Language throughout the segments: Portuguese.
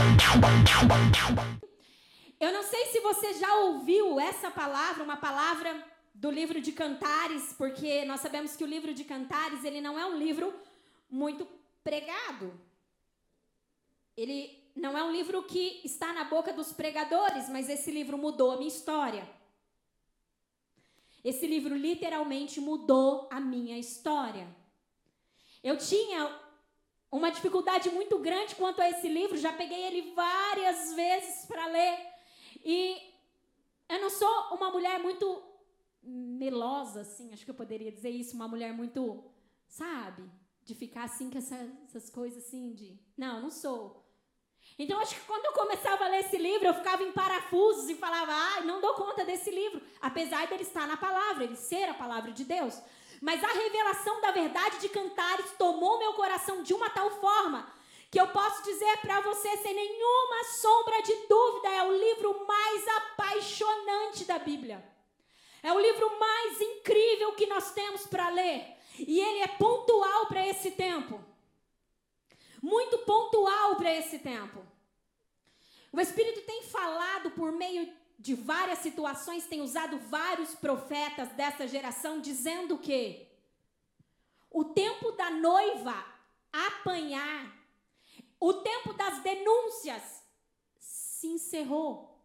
Eu não sei se você já ouviu essa palavra, uma palavra do livro de Cantares, porque nós sabemos que o livro de Cantares, ele não é um livro muito pregado. Ele não é um livro que está na boca dos pregadores, mas esse livro mudou a minha história. Esse livro literalmente mudou a minha história. Eu tinha uma dificuldade muito grande quanto a esse livro, já peguei ele várias vezes para ler. E eu não sou uma mulher muito melosa, assim, acho que eu poderia dizer isso, uma mulher muito, sabe, de ficar assim com essas coisas assim de... Não sou. Então, acho que quando eu começava a ler esse livro, eu ficava em parafusos e falava, não dou conta desse livro, apesar dele estar na palavra, ele ser a palavra de Deus. Mas a revelação da verdade de Cantares tomou meu coração de uma tal forma que eu posso dizer para você, sem nenhuma sombra de dúvida, é o livro mais apaixonante da Bíblia. É o livro mais incrível que nós temos para ler. E ele é pontual para esse tempo. Muito pontual para esse tempo. O Espírito tem falado por meio de várias situações, tem usado vários profetas dessa geração, dizendo que o tempo da noiva apanhar, o tempo das denúncias se encerrou.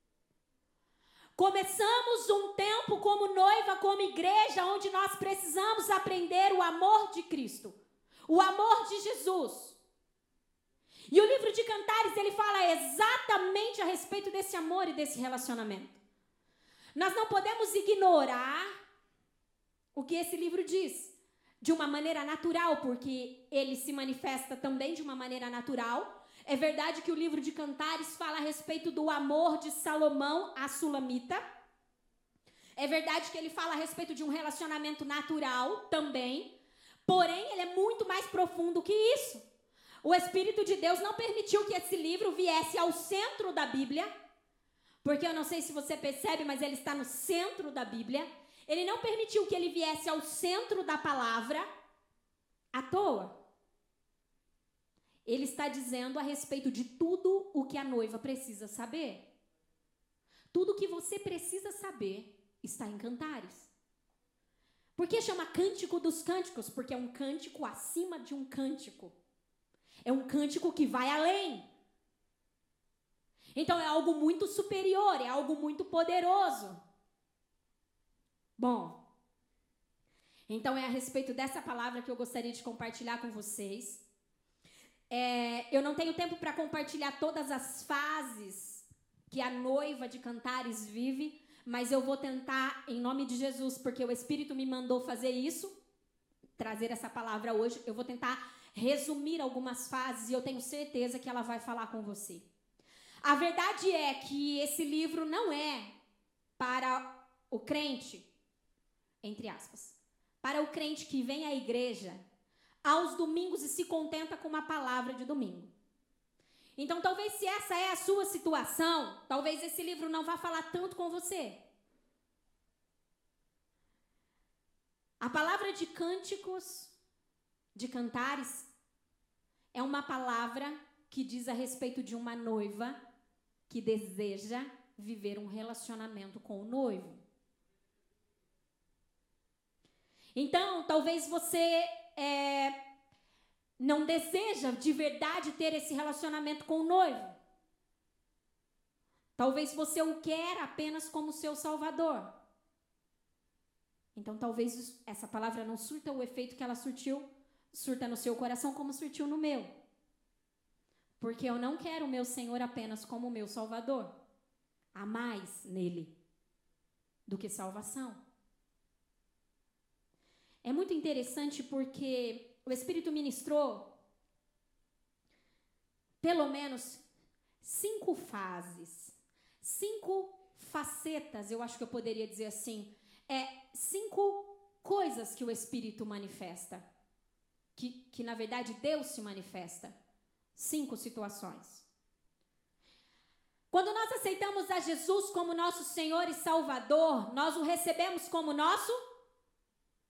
Começamos um tempo como noiva, como igreja, onde nós precisamos aprender o amor de Cristo, o amor de Jesus. E o livro de Cantares, ele fala exatamente a respeito desse amor e desse relacionamento. Nós não podemos ignorar o que esse livro diz de uma maneira natural, porque ele se manifesta também de uma maneira natural. É verdade que o livro de Cantares fala a respeito do amor de Salomão à Sulamita. É verdade que ele fala a respeito de um relacionamento natural também. Porém, ele é muito mais profundo que isso. O Espírito de Deus não permitiu que esse livro viesse ao centro da Bíblia, porque eu não sei se você percebe, mas ele está no centro da Bíblia. Ele não permitiu que ele viesse ao centro da palavra à toa. Ele está dizendo a respeito de tudo o que a noiva precisa saber. Tudo o que você precisa saber está em Cantares. Por que chama Cântico dos Cânticos? Porque é um cântico acima de um cântico. É um cântico que vai além. Então é algo muito superior, é algo muito poderoso. Bom, então é a respeito dessa palavra que eu gostaria de compartilhar com vocês. Eu não tenho tempo para compartilhar todas as fases que a noiva de Cantares vive, mas eu vou tentar, em nome de Jesus, porque o Espírito me mandou fazer isso, trazer essa palavra hoje. Eu vou tentar resumir algumas fases e eu tenho certeza que ela vai falar com você. A verdade é que esse livro não é para o crente, entre aspas, para o crente que vem à igreja aos domingos e se contenta com uma palavra de domingo. Então, talvez se essa é a sua situação, talvez esse livro não vá falar tanto com você. A palavra de Cânticos de Cantares é uma palavra que diz a respeito de uma noiva que deseja viver um relacionamento com o noivo. Então, talvez você não deseja de verdade ter esse relacionamento com o noivo. Talvez você o quer apenas como seu salvador. Então, talvez essa palavra não surta o efeito que ela surta no seu coração como surtiu no meu. Porque eu não quero o meu Senhor apenas como meu Salvador. Há mais nele do que salvação. É muito interessante porque o Espírito ministrou pelo menos 5 fases, 5 facetas, eu acho que eu poderia dizer assim, 5 coisas que o Espírito manifesta, que na verdade Deus se manifesta. 5 situações. Quando nós aceitamos a Jesus como nosso Senhor e Salvador, nós o recebemos como nosso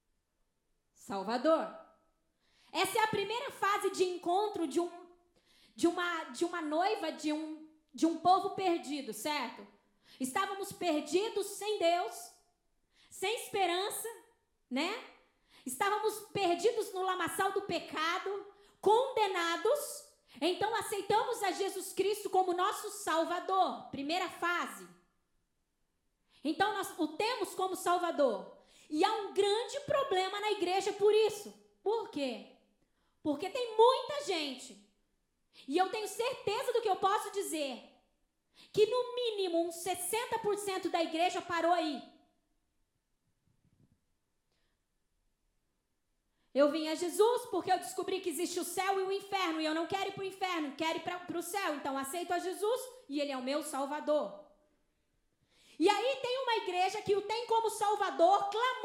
Salvador. Essa é a primeira fase de encontro de de uma noiva de um povo perdido, certo? Estávamos perdidos sem Deus, sem esperança, né? Estávamos perdidos no lamaçal do pecado, condenados. Então aceitamos a Jesus Cristo como nosso Salvador, primeira fase. Então nós o temos como Salvador. E há um grande problema na igreja por isso. Por quê? Porque tem muita gente, e eu tenho certeza do que eu posso dizer, que no mínimo uns 60% da igreja parou aí. Eu vim a Jesus porque eu descobri que existe o céu e o inferno, e eu não quero ir para o inferno, quero ir para o céu, então aceito a Jesus e Ele é o meu Salvador. E aí tem uma igreja que o tem como Salvador,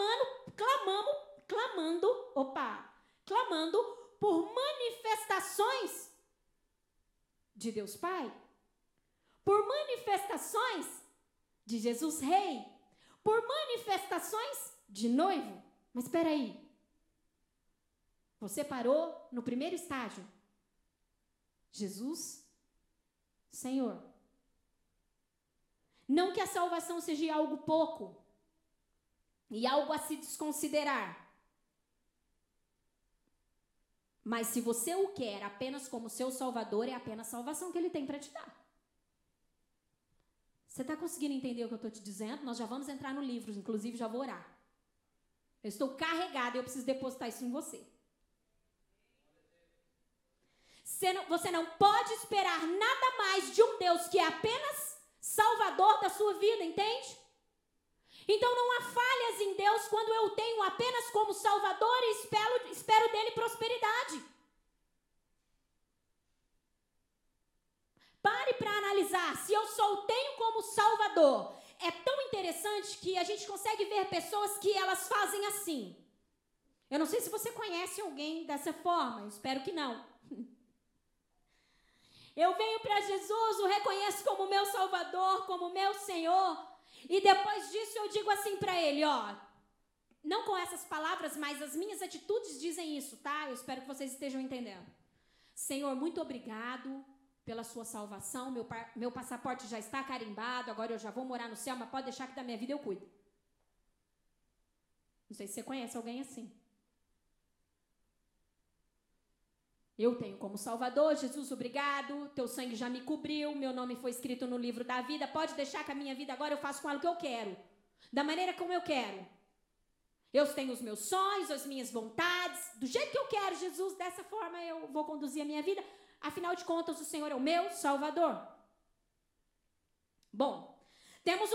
clamando por manifestações de Deus Pai, por manifestações de Jesus Rei, por manifestações de noivo. Mas espera aí, você parou no primeiro estágio, Jesus, Senhor. Não que a salvação seja algo pouco e algo a se desconsiderar. Mas se você o quer apenas como seu Salvador, é apenas salvação que Ele tem para te dar. Você está conseguindo entender o que eu estou te dizendo? Nós já vamos entrar no livro, inclusive já vou orar. Eu estou carregada e eu preciso depositar isso em você. Você não pode esperar nada mais de um Deus que é apenas Salvador da sua vida, entende? Então não há falhas em Deus quando eu tenho apenas como Salvador e espero dele prosperidade. Pare para analisar. Se eu só o tenho como Salvador, é tão interessante que a gente consegue ver pessoas que elas fazem assim. Eu não sei se você conhece alguém dessa forma, eu espero que não. Eu venho para Jesus, o reconheço como meu Salvador, como meu Senhor, e depois disso eu digo assim para ele, ó, não com essas palavras, mas as minhas atitudes dizem isso, tá? Eu espero que vocês estejam entendendo. Senhor, muito obrigado pela sua salvação, meu passaporte já está carimbado, agora eu já vou morar no céu, mas pode deixar que da minha vida eu cuido. Não sei se você conhece alguém assim. Eu tenho como Salvador, Jesus, obrigado, teu sangue já me cobriu, meu nome foi escrito no livro da vida, pode deixar que a minha vida agora eu faço com ela o que eu quero, da maneira como eu quero. Eu tenho os meus sonhos, as minhas vontades, do jeito que eu quero, Jesus, dessa forma eu vou conduzir a minha vida, afinal de contas o Senhor é o meu Salvador. Bom, temos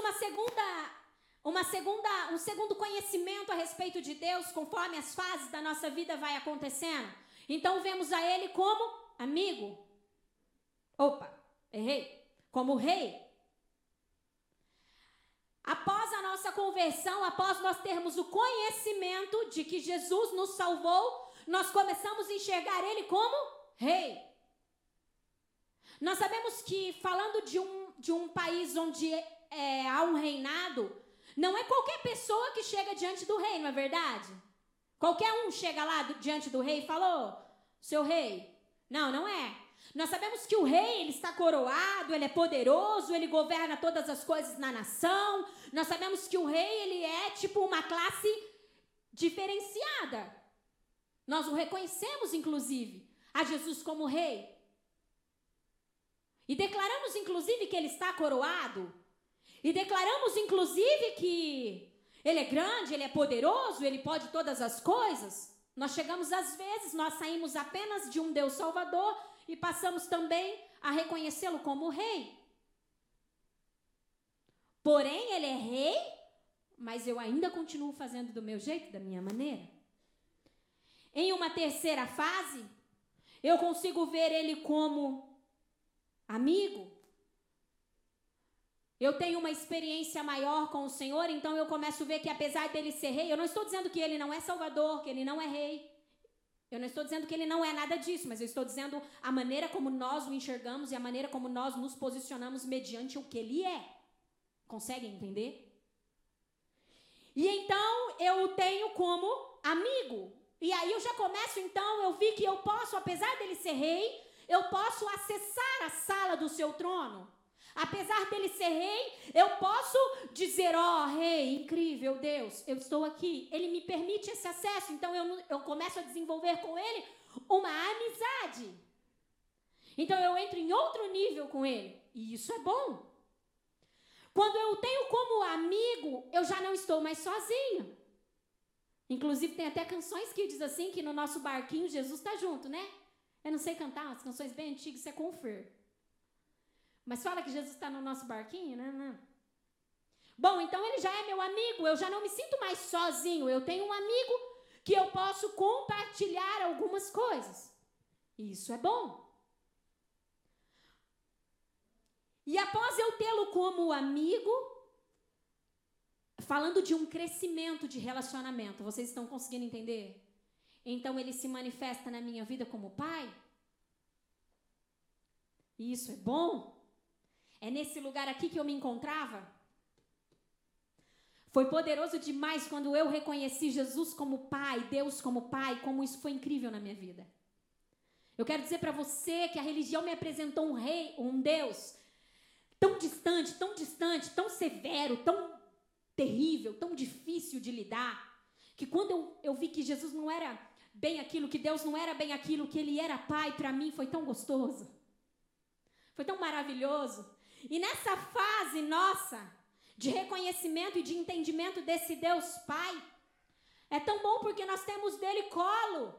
um segundo conhecimento a respeito de Deus, conforme as fases da nossa vida vai acontecendo. Então, vemos a Ele como amigo. Errei. Como rei. Após a nossa conversão, após nós termos o conhecimento de que Jesus nos salvou, nós começamos a enxergar Ele como rei. Nós sabemos que, falando de um país onde há um reinado, não é qualquer pessoa que chega diante do rei, não é verdade? Qualquer um chega lá diante do rei e fala, seu rei. Não, não é. Nós sabemos que o rei, ele está coroado, ele é poderoso, ele governa todas as coisas na nação. Nós sabemos que o rei, ele é tipo uma classe diferenciada. Nós o reconhecemos, inclusive, a Jesus como rei. E declaramos, inclusive, que ele está coroado. E declaramos, inclusive, que ele é grande, ele é poderoso, ele pode todas as coisas. Nós chegamos às vezes, nós saímos apenas de um Deus Salvador e passamos também a reconhecê-lo como rei. Porém, ele é rei, mas eu ainda continuo fazendo do meu jeito, da minha maneira. Em uma terceira fase, eu consigo ver ele como amigo. Eu tenho uma experiência maior com o Senhor, então eu começo a ver que apesar dele ser rei, eu não estou dizendo que ele não é Salvador, que ele não é rei. Eu não estou dizendo que ele não é nada disso, mas eu estou dizendo a maneira como nós o enxergamos e a maneira como nós nos posicionamos mediante o que ele é. Conseguem entender? E então eu o tenho como amigo. E aí eu já começo, então, eu vi que eu posso, apesar dele ser rei, eu posso acessar a sala do seu trono. Apesar dele ser rei, eu posso dizer, rei, incrível Deus, eu estou aqui. Ele me permite esse acesso, então eu começo a desenvolver com ele uma amizade. Então eu entro em outro nível com ele, e isso é bom. Quando eu tenho como amigo, eu já não estou mais sozinho. Inclusive tem até canções que diz assim, que no nosso barquinho Jesus está junto, né? Eu não sei cantar, umas canções bem antigas, isso é confir. Mas fala que Jesus está no nosso barquinho, né? Não. Bom, então ele já é meu amigo, eu já não me sinto mais sozinho. Eu tenho um amigo que eu posso compartilhar algumas coisas. E isso é bom. E após eu tê-lo como amigo, falando de um crescimento de relacionamento, vocês estão conseguindo entender? Então ele se manifesta na minha vida como pai? E isso é bom? É nesse lugar aqui que eu me encontrava? Foi poderoso demais quando eu reconheci Jesus como pai, Deus como pai, como isso foi incrível na minha vida. Eu quero dizer para você que a religião me apresentou um rei, um Deus tão distante, tão severo, tão terrível, tão difícil de lidar, que quando eu vi que Jesus não era bem aquilo, que Deus não era bem aquilo, que Ele era pai, para mim foi tão gostoso. Foi tão maravilhoso. E nessa fase nossa, de reconhecimento e de entendimento desse Deus Pai, é tão bom porque nós temos dele colo,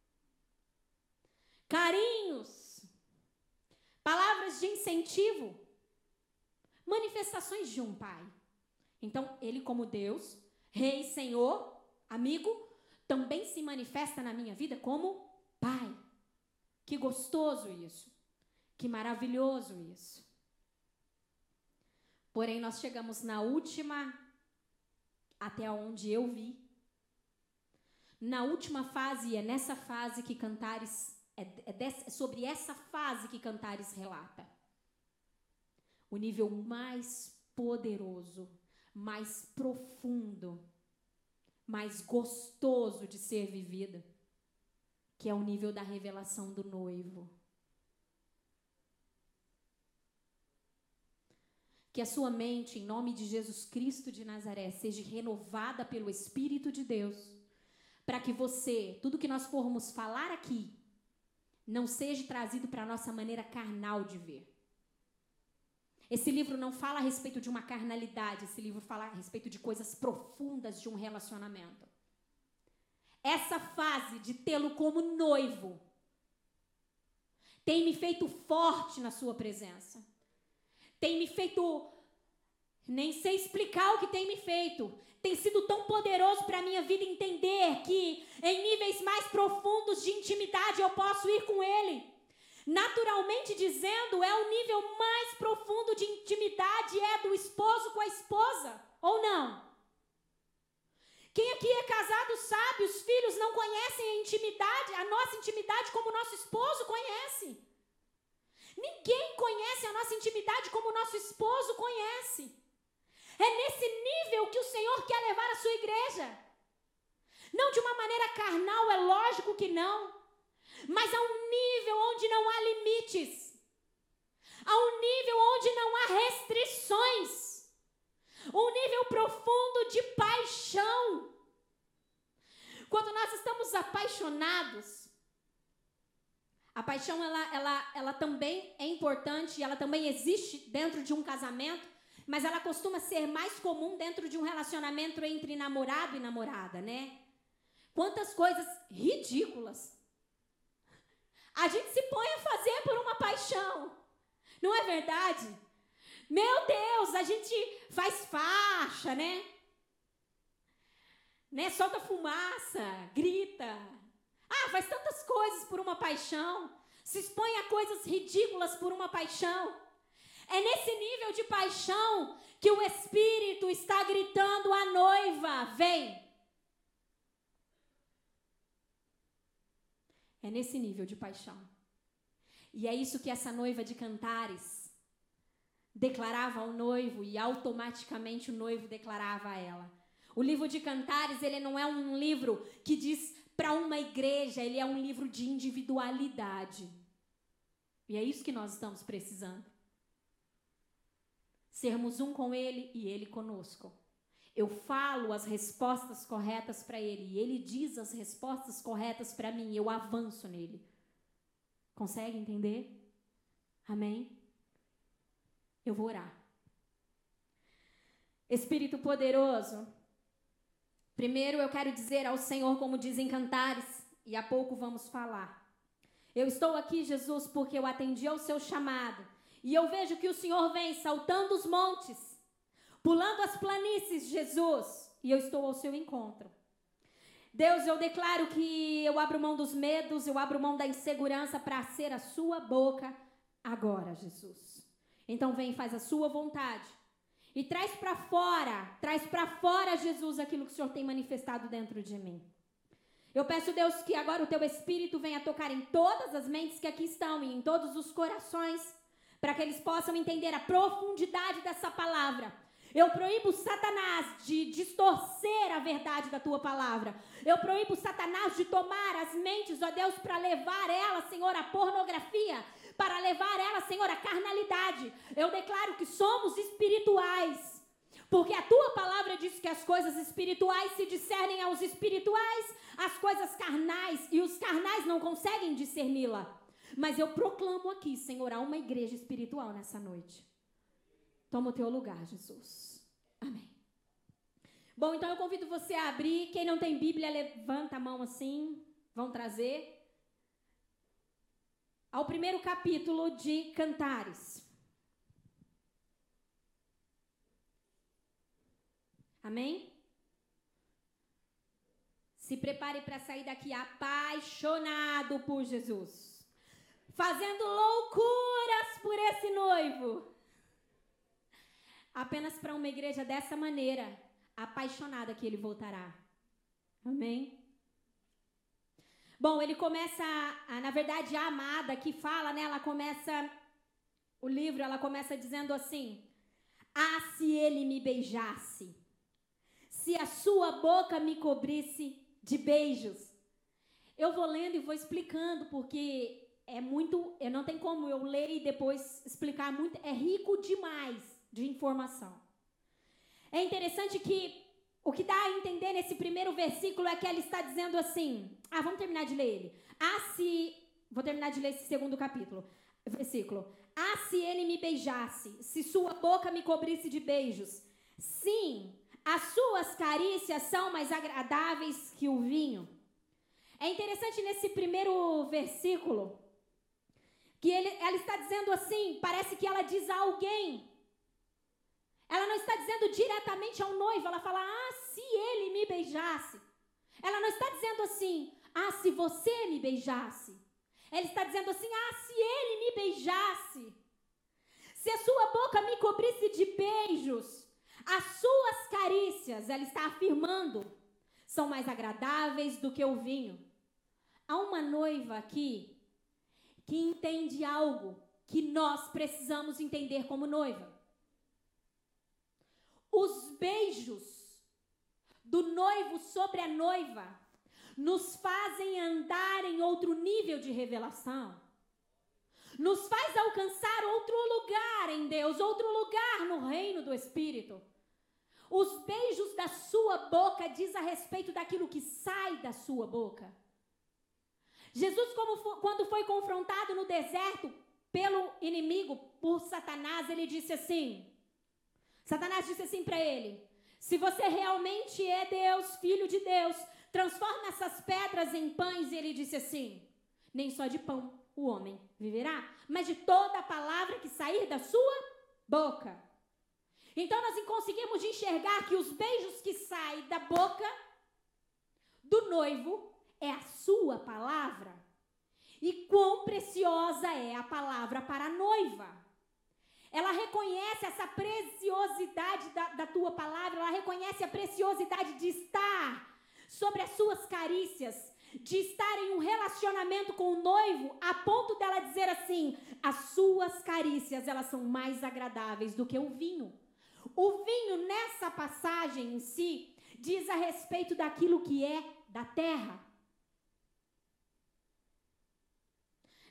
carinhos, palavras de incentivo, manifestações de um Pai. Então, ele como Deus, Rei, Senhor, amigo, também se manifesta na minha vida como Pai. Que gostoso isso, que maravilhoso isso. Porém, nós chegamos na última, até onde eu vi, na última fase, e é nessa fase que Cantares, sobre essa fase que Cantares relata. O nível mais poderoso, mais profundo, mais gostoso de ser vivido, que é o nível da revelação do noivo. Que a sua mente, em nome de Jesus Cristo de Nazaré, seja renovada pelo Espírito de Deus, para que você, tudo que nós formos falar aqui, não seja trazido para a nossa maneira carnal de ver. Esse livro não fala a respeito de uma carnalidade, esse livro fala a respeito de coisas profundas de um relacionamento. Essa fase de tê-lo como noivo tem me feito forte na sua presença. Tem me feito, nem sei explicar o que tem me feito. Tem sido tão poderoso para a minha vida entender que em níveis mais profundos de intimidade eu posso ir com Ele. Naturalmente dizendo, é o nível mais profundo de intimidade, é do esposo com a esposa, ou não? Quem aqui é casado sabe, os filhos não conhecem a intimidade, a nossa intimidade como o nosso esposo conhece. Ninguém conhece a nossa intimidade como o nosso esposo conhece. É nesse nível que o Senhor quer levar a sua igreja. Não de uma maneira carnal, é lógico que não. Mas a um nível onde não há limites. A um nível onde não há restrições. Um nível profundo de paixão. Quando nós estamos apaixonados, a paixão, ela também é importante, ela também existe dentro de um casamento, mas ela costuma ser mais comum dentro de um relacionamento entre namorado e namorada, né? Quantas coisas ridículas a gente se põe a fazer por uma paixão, não é verdade? Meu Deus, a gente faz faixa, né? Solta fumaça, grita. Faz tantas coisas por uma paixão, se expõe a coisas ridículas por uma paixão. É nesse nível de paixão que o Espírito está gritando à noiva, vem. É nesse nível de paixão. E é isso que essa noiva de Cantares declarava ao noivo e automaticamente o noivo declarava a ela. O livro de Cantares, ele não é um livro que diz para uma igreja, ele é um livro de individualidade. E é isso que nós estamos precisando. Sermos um com Ele e Ele conosco. Eu falo as respostas corretas para Ele e Ele diz as respostas corretas para mim. Eu avanço nele. Consegue entender? Amém? Eu vou orar. Espírito poderoso, primeiro eu quero dizer ao Senhor, como dizem Cantares, e há pouco vamos falar. Eu estou aqui, Jesus, porque eu atendi ao seu chamado. E eu vejo que o Senhor vem saltando os montes, pulando as planícies, Jesus. E eu estou ao seu encontro. Deus, eu declaro que eu abro mão dos medos, eu abro mão da insegurança para ser a sua boca agora, Jesus. Então vem, faz a sua vontade. E traz para fora, Jesus, aquilo que o Senhor tem manifestado dentro de mim. Eu peço, Deus, que agora o teu Espírito venha tocar em todas as mentes que aqui estão e em todos os corações, para que eles possam entender a profundidade dessa palavra. Eu proíbo Satanás de distorcer a verdade da tua palavra. Eu proíbo Satanás de tomar as mentes, ó Deus, para levar ela, Senhor, à pornografia, para levar ela, Senhor, à carnalidade. Eu declaro que somos espirituais, porque a tua palavra diz que as coisas espirituais se discernem aos espirituais, as coisas carnais, e os carnais não conseguem discerni-la. Mas eu proclamo aqui, Senhor, há uma igreja espiritual nessa noite. Toma o teu lugar, Jesus. Amém. Bom, então eu convido você a abrir. Quem não tem Bíblia, levanta a mão assim. Vão trazer. Ao primeiro capítulo de Cantares. Amém? Se prepare para sair daqui apaixonado por Jesus. Fazendo loucuras por esse noivo. Apenas para uma igreja dessa maneira, apaixonada que ele voltará. Amém? Bom, ele começa, na verdade, a amada que fala, né? Ela começa, o livro, ela começa dizendo assim: ah, se ele me beijasse, se a sua boca me cobrisse de beijos. Eu vou lendo e vou explicando, porque é muito, não tem como eu ler e depois explicar muito, é rico demais de informação. É interessante que o que dá a entender nesse primeiro versículo é que ela está dizendo assim, vamos terminar de ler ele. Vou terminar de ler esse segundo versículo. Ah, se ele me beijasse, se sua boca me cobrisse de beijos. Sim, as suas carícias são mais agradáveis que o vinho. É interessante nesse primeiro versículo que ela está dizendo assim, parece que ela diz a alguém. Ela não está dizendo diretamente ao noivo, ela fala, se ele me beijasse. Ela não está dizendo assim, se você me beijasse. Ela está dizendo assim, se ele me beijasse. Se a sua boca me cobrisse de beijos, as suas carícias, ela está afirmando, são mais agradáveis do que o vinho. Há uma noiva aqui que entende algo que nós precisamos entender como noiva. Os beijos do noivo sobre a noiva nos fazem andar em outro nível de revelação. Nos faz alcançar outro lugar em Deus, outro lugar no reino do Espírito. Os beijos da sua boca diz a respeito daquilo que sai da sua boca. Jesus, quando foi confrontado no deserto pelo inimigo, por Satanás, ele disse assim... Satanás disse assim para ele, se você realmente é Deus, filho de Deus, transforma essas pedras em pães. E ele disse assim, nem só de pão o homem viverá, mas de toda a palavra que sair da sua boca. Então nós conseguimos enxergar que os beijos que saem da boca do noivo é a sua palavra. E quão preciosa é a palavra para a noiva. Ela reconhece essa preciosidade da tua palavra, ela reconhece a preciosidade de estar sobre as suas carícias, de estar em um relacionamento com o noivo, a ponto dela dizer assim, as suas carícias, elas são mais agradáveis do que o vinho. O vinho, nessa passagem em si, diz a respeito daquilo que é da terra.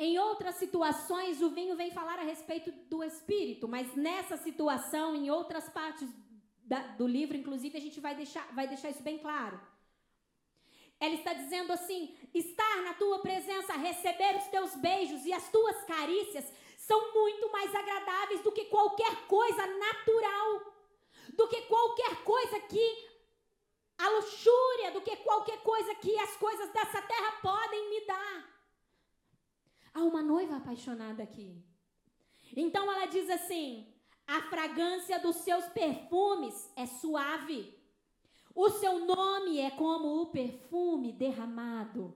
Em outras situações, o vinho vem falar a respeito do Espírito, mas nessa situação, em outras partes do livro, inclusive, a gente vai deixar isso bem claro. Ela está dizendo assim: estar na tua presença, receber os teus beijos e as tuas carícias são muito mais agradáveis do que qualquer coisa natural, do que qualquer coisa que a luxúria, do que qualquer coisa que as coisas dessa terra podem me dar. Há uma noiva apaixonada aqui. Então ela diz assim: a fragrância dos seus perfumes é suave. O seu nome é como o perfume derramado.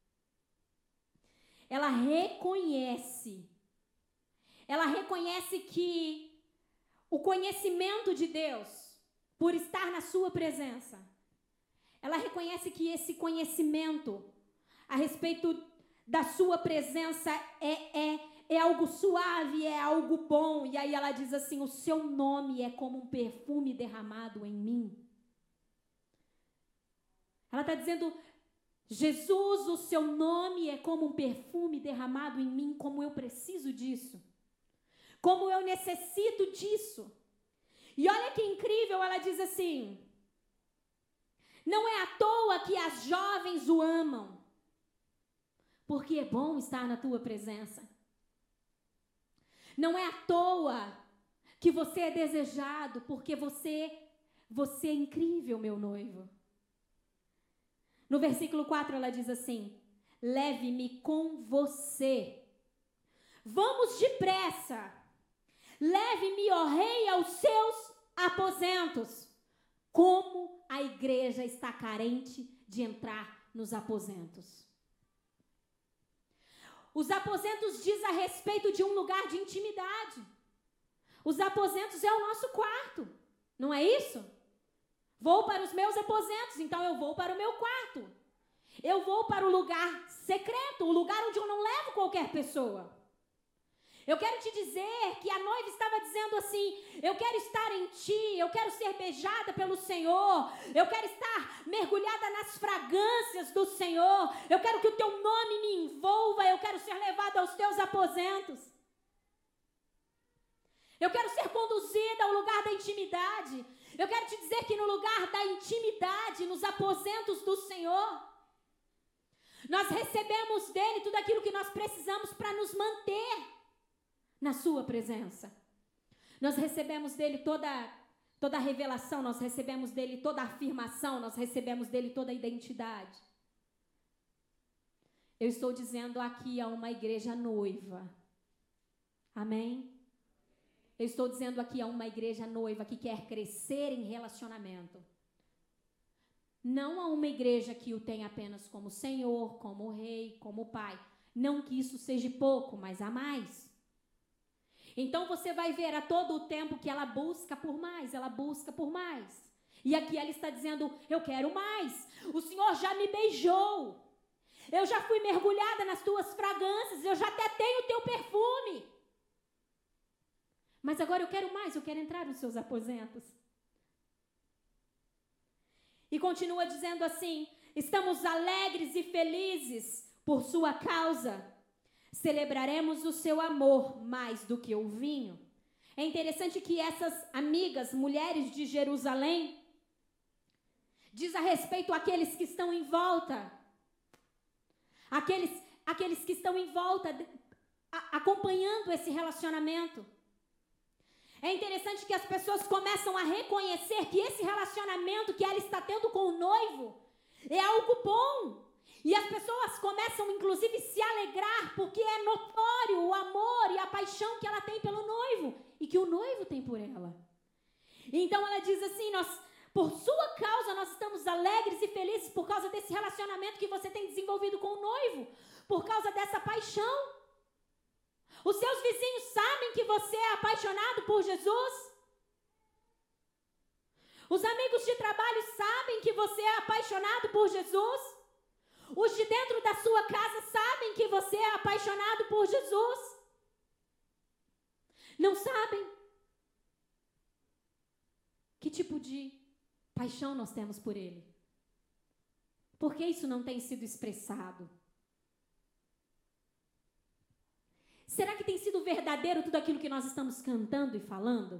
Ela reconhece que o conhecimento de Deus, por estar na sua presença, ela reconhece que esse conhecimento a respeito da sua presença é algo suave, é algo bom. E aí ela diz assim: o seu nome é como um perfume derramado em mim. Ela está dizendo: Jesus, o seu nome é como um perfume derramado em mim, como eu preciso disso, como eu necessito disso. E olha que incrível, ela diz assim: não é à toa que as jovens o amam, porque é bom estar na tua presença. Não é à toa que você é desejado, porque você é incrível, meu noivo. No versículo 4 ela diz assim: leve-me com você. Vamos depressa. Leve-me, ó rei, aos seus aposentos. Como a igreja está carente de entrar nos aposentos. Os aposentos diz a respeito de um lugar de intimidade. Os aposentos é o nosso quarto, não é isso? Vou para os meus aposentos, então eu vou para o meu quarto. Eu vou para o lugar secreto, o lugar onde eu não levo qualquer pessoa. Eu quero te dizer que a noiva estava dizendo assim: eu quero estar em ti, eu quero ser beijada pelo Senhor, eu quero estar mergulhada nas fragrâncias do Senhor, eu quero que o teu nome me envolva, eu quero ser levada aos teus aposentos. Eu quero ser conduzida ao lugar da intimidade. Eu quero te dizer que no lugar da intimidade, nos aposentos do Senhor, nós recebemos dele tudo aquilo que nós precisamos para nos manter na sua presença. Nós recebemos dele toda a revelação, nós recebemos dele toda a afirmação, nós recebemos dele toda a identidade. Eu estou dizendo aqui a uma igreja noiva. Amém? Eu estou dizendo aqui a uma igreja noiva que quer crescer em relacionamento. Não a uma igreja que o tem apenas como Senhor, como Rei, como Pai. Não que isso seja pouco, mas há mais. Então você vai ver a todo o tempo que ela busca por mais, ela busca por mais. E aqui ela está dizendo: eu quero mais. O Senhor já me beijou. Eu já fui mergulhada nas tuas fragrâncias, eu já até tenho o teu perfume. Mas agora eu quero mais, eu quero entrar nos seus aposentos. E continua dizendo assim: estamos alegres e felizes por sua causa. Celebraremos o seu amor mais do que o vinho. É interessante que essas amigas, mulheres de Jerusalém, diz a respeito àqueles que estão em volta. Aqueles que estão em volta, acompanhando esse relacionamento. É interessante que as pessoas começam a reconhecer que esse relacionamento que ela está tendo com o noivo é algo bom. E as pessoas começam, inclusive, se alegrar porque é notório o amor e a paixão que ela tem pelo noivo e que o noivo tem por ela. Então ela diz assim: por sua causa nós estamos alegres e felizes por causa desse relacionamento que você tem desenvolvido com o noivo, por causa dessa paixão. Os seus vizinhos sabem que você é apaixonado por Jesus? Os amigos de trabalho sabem que você é apaixonado por Jesus? Os de dentro da sua casa sabem que você é apaixonado por Jesus? Não sabem? Que tipo de paixão nós temos por Ele? Por que isso não tem sido expressado? Será que tem sido verdadeiro tudo aquilo que nós estamos cantando e falando?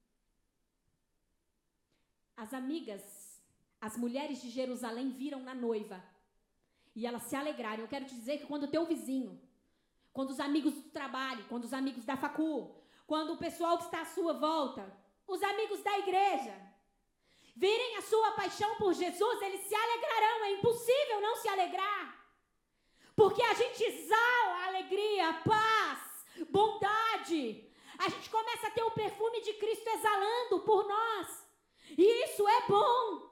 As amigas, as mulheres de Jerusalém viram na noiva e elas se alegraram. Eu quero te dizer que quando o teu vizinho, quando os amigos do trabalho, quando os amigos da facu, quando o pessoal que está à sua volta, os amigos da igreja, virem a sua paixão por Jesus, eles se alegrarão. É impossível não se alegrar. Porque a gente exala alegria, paz, bondade. A gente começa a ter o perfume de Cristo exalando por nós. E isso é bom.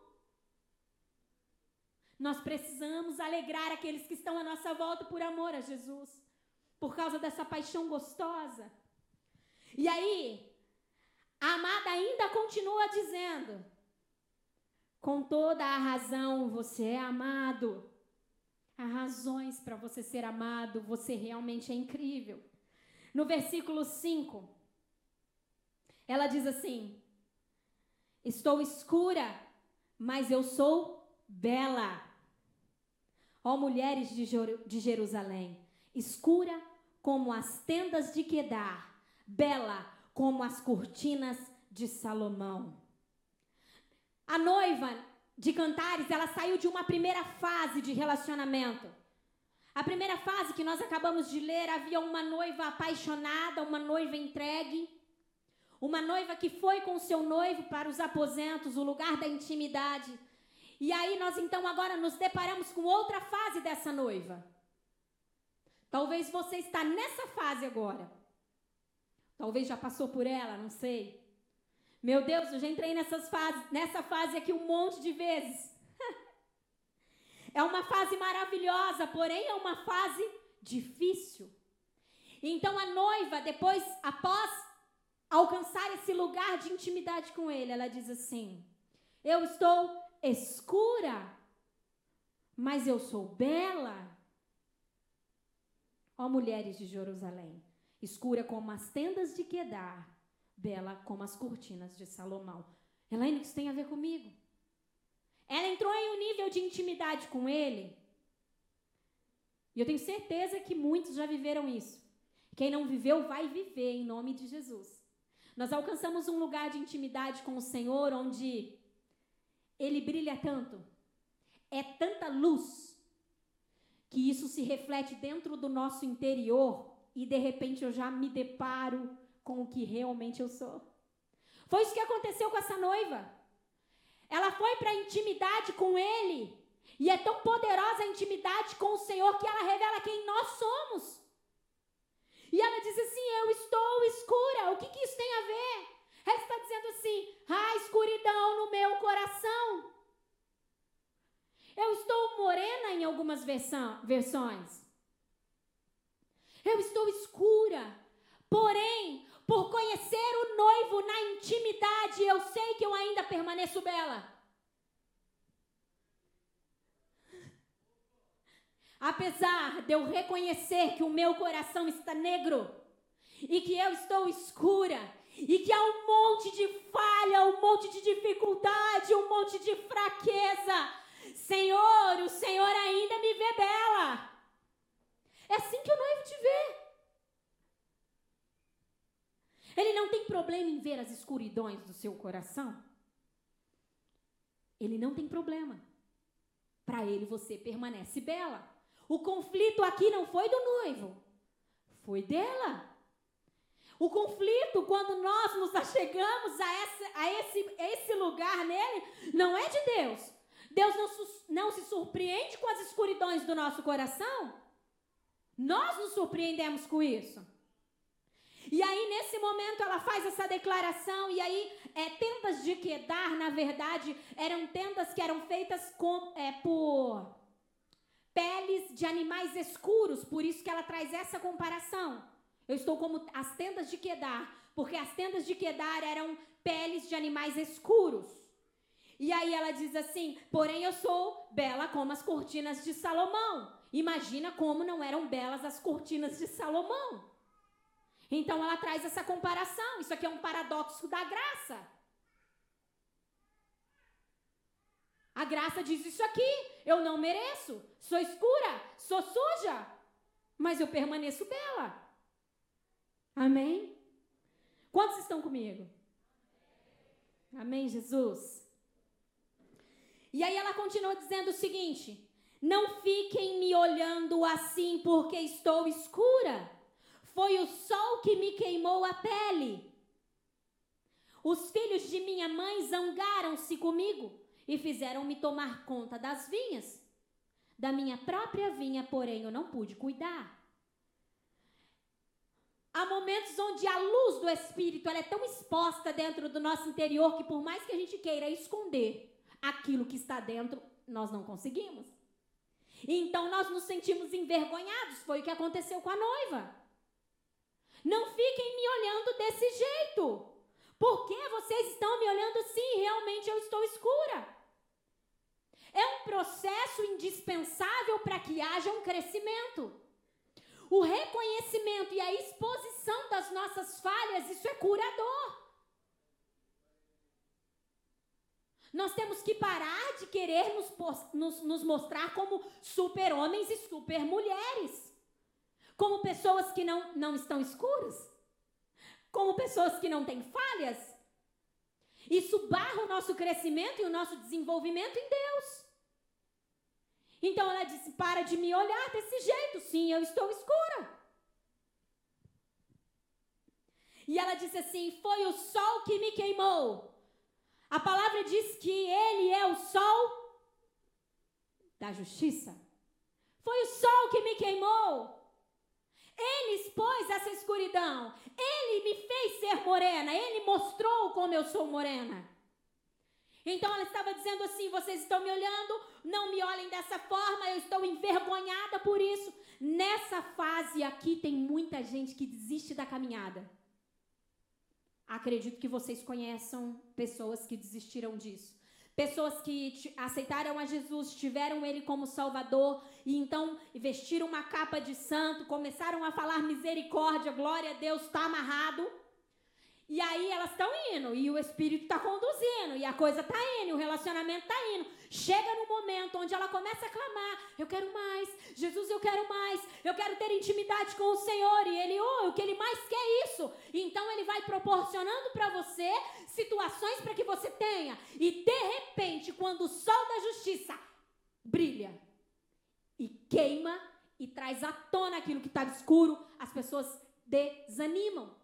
Nós precisamos alegrar aqueles que estão à nossa volta por amor a Jesus. Por causa dessa paixão gostosa. E aí, a amada ainda continua dizendo: com toda a razão você é amado. Há razões para você ser amado, você realmente é incrível. No versículo 5, ela diz assim: estou escura, mas eu sou bela. Ó mulheres de Jerusalém, escura como as tendas de Quedar, bela como as cortinas de Salomão. A noiva de Cantares, ela saiu de uma primeira fase de relacionamento. A primeira fase que nós acabamos de ler, havia uma noiva apaixonada, uma noiva entregue, uma noiva que foi com seu noivo para os aposentos, o lugar da intimidade. E aí nós então agora nos deparamos com outra fase dessa noiva. Talvez você está nessa fase agora. Talvez já passou por ela, não sei. Meu Deus, eu já entrei nessa fase aqui um monte de vezes. É uma fase maravilhosa, porém é uma fase difícil. Então a noiva, depois, após alcançar esse lugar de intimidade com ele, ela diz assim: eu estou escura, mas eu sou bela. Ó mulheres de Jerusalém, escura como as tendas de Quedar, bela como as cortinas de Salomão. Elaine, o que isso tem a ver comigo? Ela entrou em um nível de intimidade com ele. E eu tenho certeza que muitos já viveram isso. Quem não viveu, vai viver em nome de Jesus. Nós alcançamos um lugar de intimidade com o Senhor onde Ele brilha tanto. É tanta luz que isso se reflete dentro do nosso interior e de repente eu já me deparo com o que realmente eu sou. Foi isso que aconteceu com essa noiva. Ela foi para a intimidade com ele e é tão poderosa a intimidade com o Senhor que ela revela quem nós somos. E ela diz assim: eu estou escura. O que isso tem a ver? Ela está dizendo assim: há escuridão no meu coração. Eu estou morena em algumas versões. Eu estou escura. Porém, por conhecer o noivo na intimidade, eu sei que eu ainda permaneço bela. Apesar de eu reconhecer que o meu coração está negro e que eu estou escura e que há um monte de falha, um monte de dificuldade, um monte de fraqueza, Senhor, o Senhor ainda me vê bela. É assim que o noivo te vê. Ele não tem problema em ver as escuridões do seu coração. Ele não tem problema. Para ele você permanece bela. O conflito aqui não foi do noivo, foi dela. O conflito, quando nós nos achegamos a esse lugar nele, não é de Deus. Deus não se surpreende com as escuridões do nosso coração. Nós nos surpreendemos com isso. E aí, nesse momento, ela faz essa declaração. E aí, tendas de Quedar, na verdade, eram tendas que eram feitas por peles de animais escuros. Por isso que ela traz essa comparação. Eu estou como as tendas de Quedar, porque as tendas de Quedar eram peles de animais escuros. E aí ela diz assim: porém eu sou bela como as cortinas de Salomão. Imagina como não eram belas as cortinas de Salomão. Então ela traz essa comparação. Isso aqui é um paradoxo da graça. A graça diz isso aqui: eu não mereço, sou escura, sou suja, mas eu permaneço bela. Amém? Quantos estão comigo? Amém, Jesus? E aí ela continua dizendo o seguinte: não fiquem me olhando assim porque estou escura. Foi o sol que me queimou a pele. Os filhos de minha mãe zangaram-se comigo e fizeram-me tomar conta das vinhas. Da minha própria vinha, porém, eu não pude cuidar. Há momentos onde a luz do Espírito ela é tão exposta dentro do nosso interior que por mais que a gente queira esconder aquilo que está dentro, nós não conseguimos. Então nós nos sentimos envergonhados. Foi o que aconteceu com a noiva. Não fiquem me olhando desse jeito. Por que vocês estão me olhando assim? Realmente eu estou escura. É um processo indispensável para que haja um crescimento. O reconhecimento e a exposição das nossas falhas, isso é curador. Nós temos que parar de querer nos mostrar como super-homens e super-mulheres. Como pessoas que não estão escuras. Como pessoas que não têm falhas. Isso barra o nosso crescimento e o nosso desenvolvimento em Deus. Então ela disse, para de me olhar desse jeito. Sim, eu estou escura. E ela disse assim, foi o sol que me queimou. A palavra diz que ele é o sol da justiça. Foi o sol que me queimou. Ele expôs essa escuridão. Ele me fez ser morena. Ele mostrou como eu sou morena. Então ela estava dizendo assim, vocês estão me olhando, não me olhem dessa forma, eu estou envergonhada por isso. Nessa fase aqui tem muita gente que desiste da caminhada. Acredito que vocês conheçam pessoas que desistiram disso. Pessoas que aceitaram a Jesus, tiveram Ele como Salvador e então vestiram uma capa de santo, começaram a falar misericórdia, glória a Deus, está amarrado. E aí elas estão indo e o Espírito está conduzindo e a coisa está indo, o relacionamento está indo. Chega no momento onde ela começa a clamar, eu quero mais, Jesus, eu quero mais, eu quero ter intimidade com o Senhor. E Ele, o que Ele mais quer é isso. Então Ele vai proporcionando para você situações para que você tenha. E de repente, quando o sol da justiça brilha e queima e traz à tona aquilo que estava escuro, as pessoas desanimam.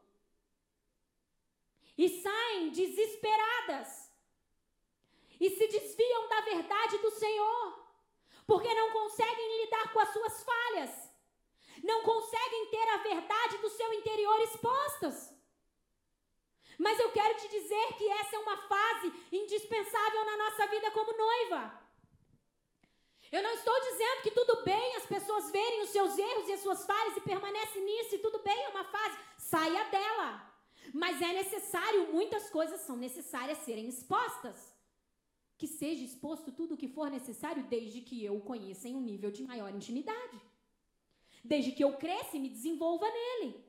E saem desesperadas. E se desviam da verdade do Senhor. Porque não conseguem lidar com as suas falhas. Não conseguem ter a verdade do seu interior expostas. Mas eu quero te dizer que essa é uma fase indispensável na nossa vida como noiva. Eu não estou dizendo que tudo bem as pessoas verem os seus erros e as suas falhas e permanecem nisso. E tudo bem, é uma fase. Saia dela. Mas é necessário, muitas coisas são necessárias serem expostas. Que seja exposto tudo o que for necessário, desde que eu o conheça em um nível de maior intimidade. Desde que eu cresça e me desenvolva nele.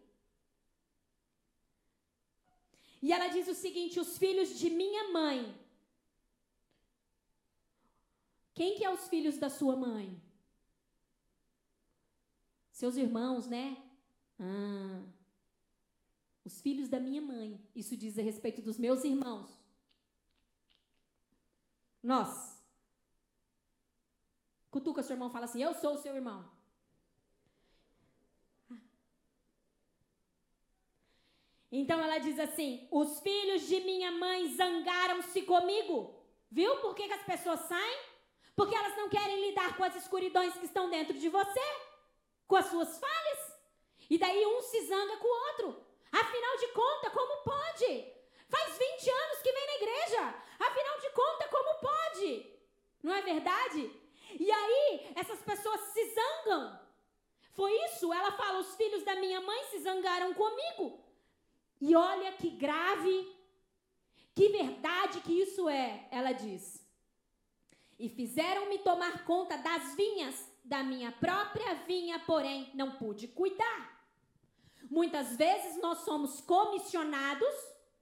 E ela diz o seguinte, os filhos de minha mãe. Quem que é os filhos da sua mãe? Seus irmãos, né? Os filhos da minha mãe. Isso diz a respeito dos meus irmãos. Nós. Cutuca seu irmão e fala assim, eu sou o seu irmão. Então ela diz assim, os filhos de minha mãe zangaram-se comigo. Viu por que as pessoas saem? Porque elas não querem lidar com as escuridões que estão dentro de você. Com as suas falhas. E daí um se zanga com o outro. Afinal de contas, como pode? Faz 20 anos que vem na igreja. Afinal de contas, como pode? Não é verdade? E aí, essas pessoas se zangam. Foi isso, ela fala, os filhos da minha mãe se zangaram comigo. E olha que grave, que verdade que isso é, ela diz. E fizeram-me tomar conta das vinhas, da minha própria vinha, porém, não pude cuidar. Muitas vezes nós somos comissionados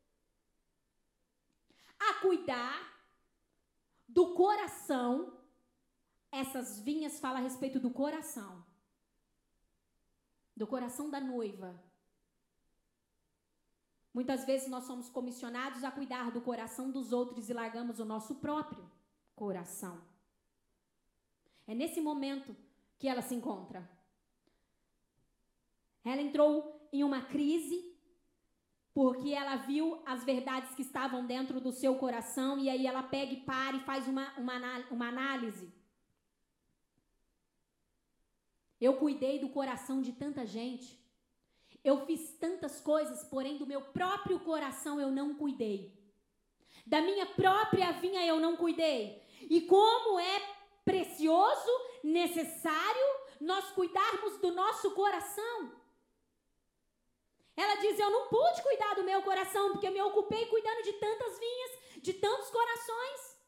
a cuidar do coração. Essas vinhas falam a respeito do coração. Do coração da noiva. Muitas vezes nós somos comissionados a cuidar do coração dos outros e largamos o nosso próprio coração. É nesse momento que ela se encontra. Ela entrou em uma crise porque ela viu as verdades que estavam dentro do seu coração e aí ela pega e para e faz uma análise. Eu cuidei do coração de tanta gente. Eu fiz tantas coisas, porém do meu próprio coração eu não cuidei. Da minha própria vinha eu não cuidei. E como é precioso, necessário nós cuidarmos do nosso coração. Ela diz, eu não pude cuidar do meu coração, porque eu me ocupei cuidando de tantas vinhas, de tantos corações.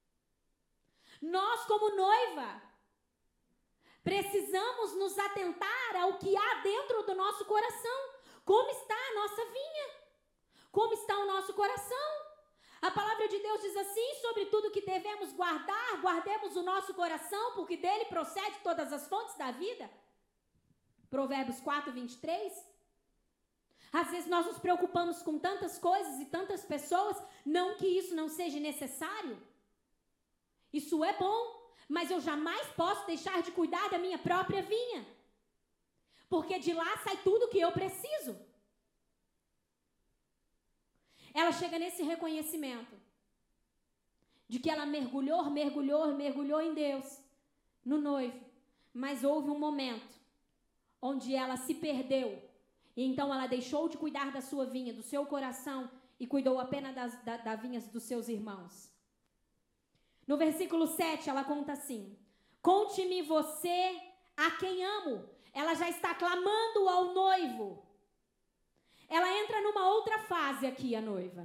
Nós, como noiva, precisamos nos atentar ao que há dentro do nosso coração. Como está a nossa vinha? Como está o nosso coração? A palavra de Deus diz assim, sobre tudo que devemos guardar, guardemos o nosso coração, porque dele procede todas as fontes da vida. Provérbios 4, 23. Às vezes nós nos preocupamos com tantas coisas e tantas pessoas, não que isso não seja necessário. Isso é bom, mas eu jamais posso deixar de cuidar da minha própria vinha. Porque de lá sai tudo que eu preciso. Ela chega nesse reconhecimento de que ela mergulhou em Deus, no noivo. Mas houve um momento onde ela se perdeu. E então ela deixou de cuidar da sua vinha, do seu coração, e cuidou apenas das vinhas dos seus irmãos. No versículo 7, ela conta assim: conte-me você a quem amo. Ela já está clamando ao noivo. Ela entra numa outra fase aqui, a noiva.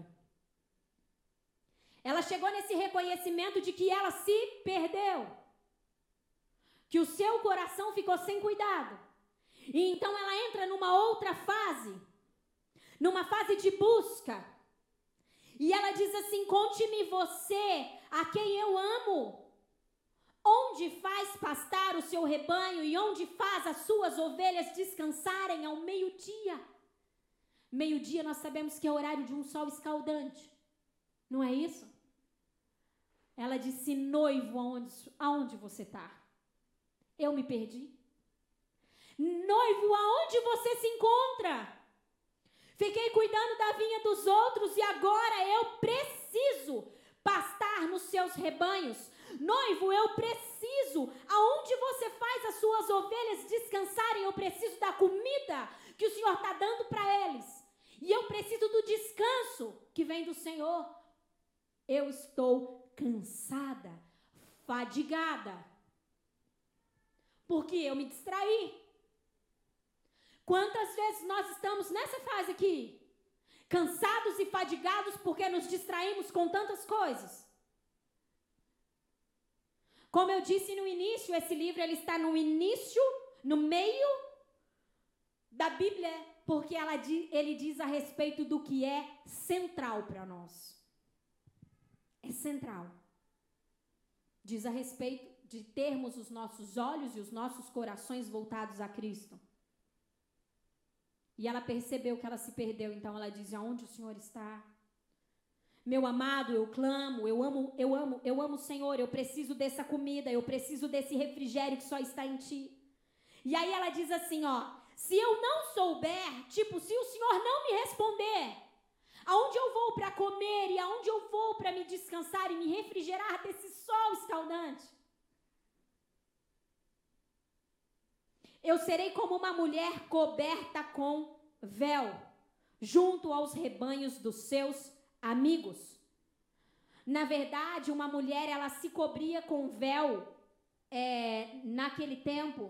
Ela chegou nesse reconhecimento de que ela se perdeu. Que o seu coração ficou sem cuidado. E então ela entra numa outra fase. Numa fase de busca. E ela diz assim: conte-me você a quem eu amo. Onde faz pastar o seu rebanho e onde faz as suas ovelhas descansarem ao meio-dia. Meio-dia nós sabemos que é horário de um sol escaldante. Não é isso? Ela disse: noivo, aonde você está? Eu me perdi. Noivo, aonde você se encontra? Fiquei cuidando da vinha dos outros e agora eu preciso pastar nos seus rebanhos. Noivo, eu preciso, aonde você faz as suas ovelhas descansarem, eu preciso da comida que o Senhor está dando para eles. E eu preciso do descanso que vem do Senhor. Eu estou cansada, fadigada, porque eu me distraí. Quantas vezes nós estamos nessa fase aqui? Cansados e fadigados porque nos distraímos com tantas coisas. Como eu disse no início, esse livro ele está no início, no meio da Bíblia, porque ele diz a respeito do que é central para nós. É central. Diz a respeito de termos os nossos olhos e os nossos corações voltados a Cristo. E ela percebeu que ela se perdeu, então ela diz: aonde o Senhor está? Meu amado, eu clamo, eu amo o Senhor, eu preciso dessa comida, eu preciso desse refrigério que só está em Ti. E aí ela diz assim, ó: se eu não souber, se o Senhor não me responder, aonde eu vou para comer e aonde eu vou para me descansar e me refrigerar desse sol escaldante? Eu serei como uma mulher coberta com véu, junto aos rebanhos dos seus amigos. Na verdade, uma mulher, ela se cobria com véu, naquele tempo.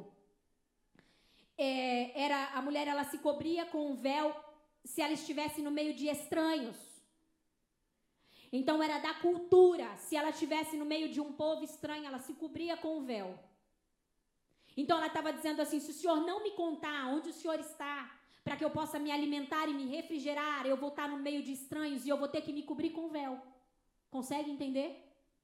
A mulher, ela se cobria com véu se ela estivesse no meio de estranhos. Então, era da cultura. Se ela estivesse no meio de um povo estranho, ela se cobria com véu. Então, ela estava dizendo assim: se o Senhor não me contar onde o Senhor está, para que eu possa me alimentar e me refrigerar, eu vou estar no meio de estranhos e eu vou ter que me cobrir com véu. Consegue entender?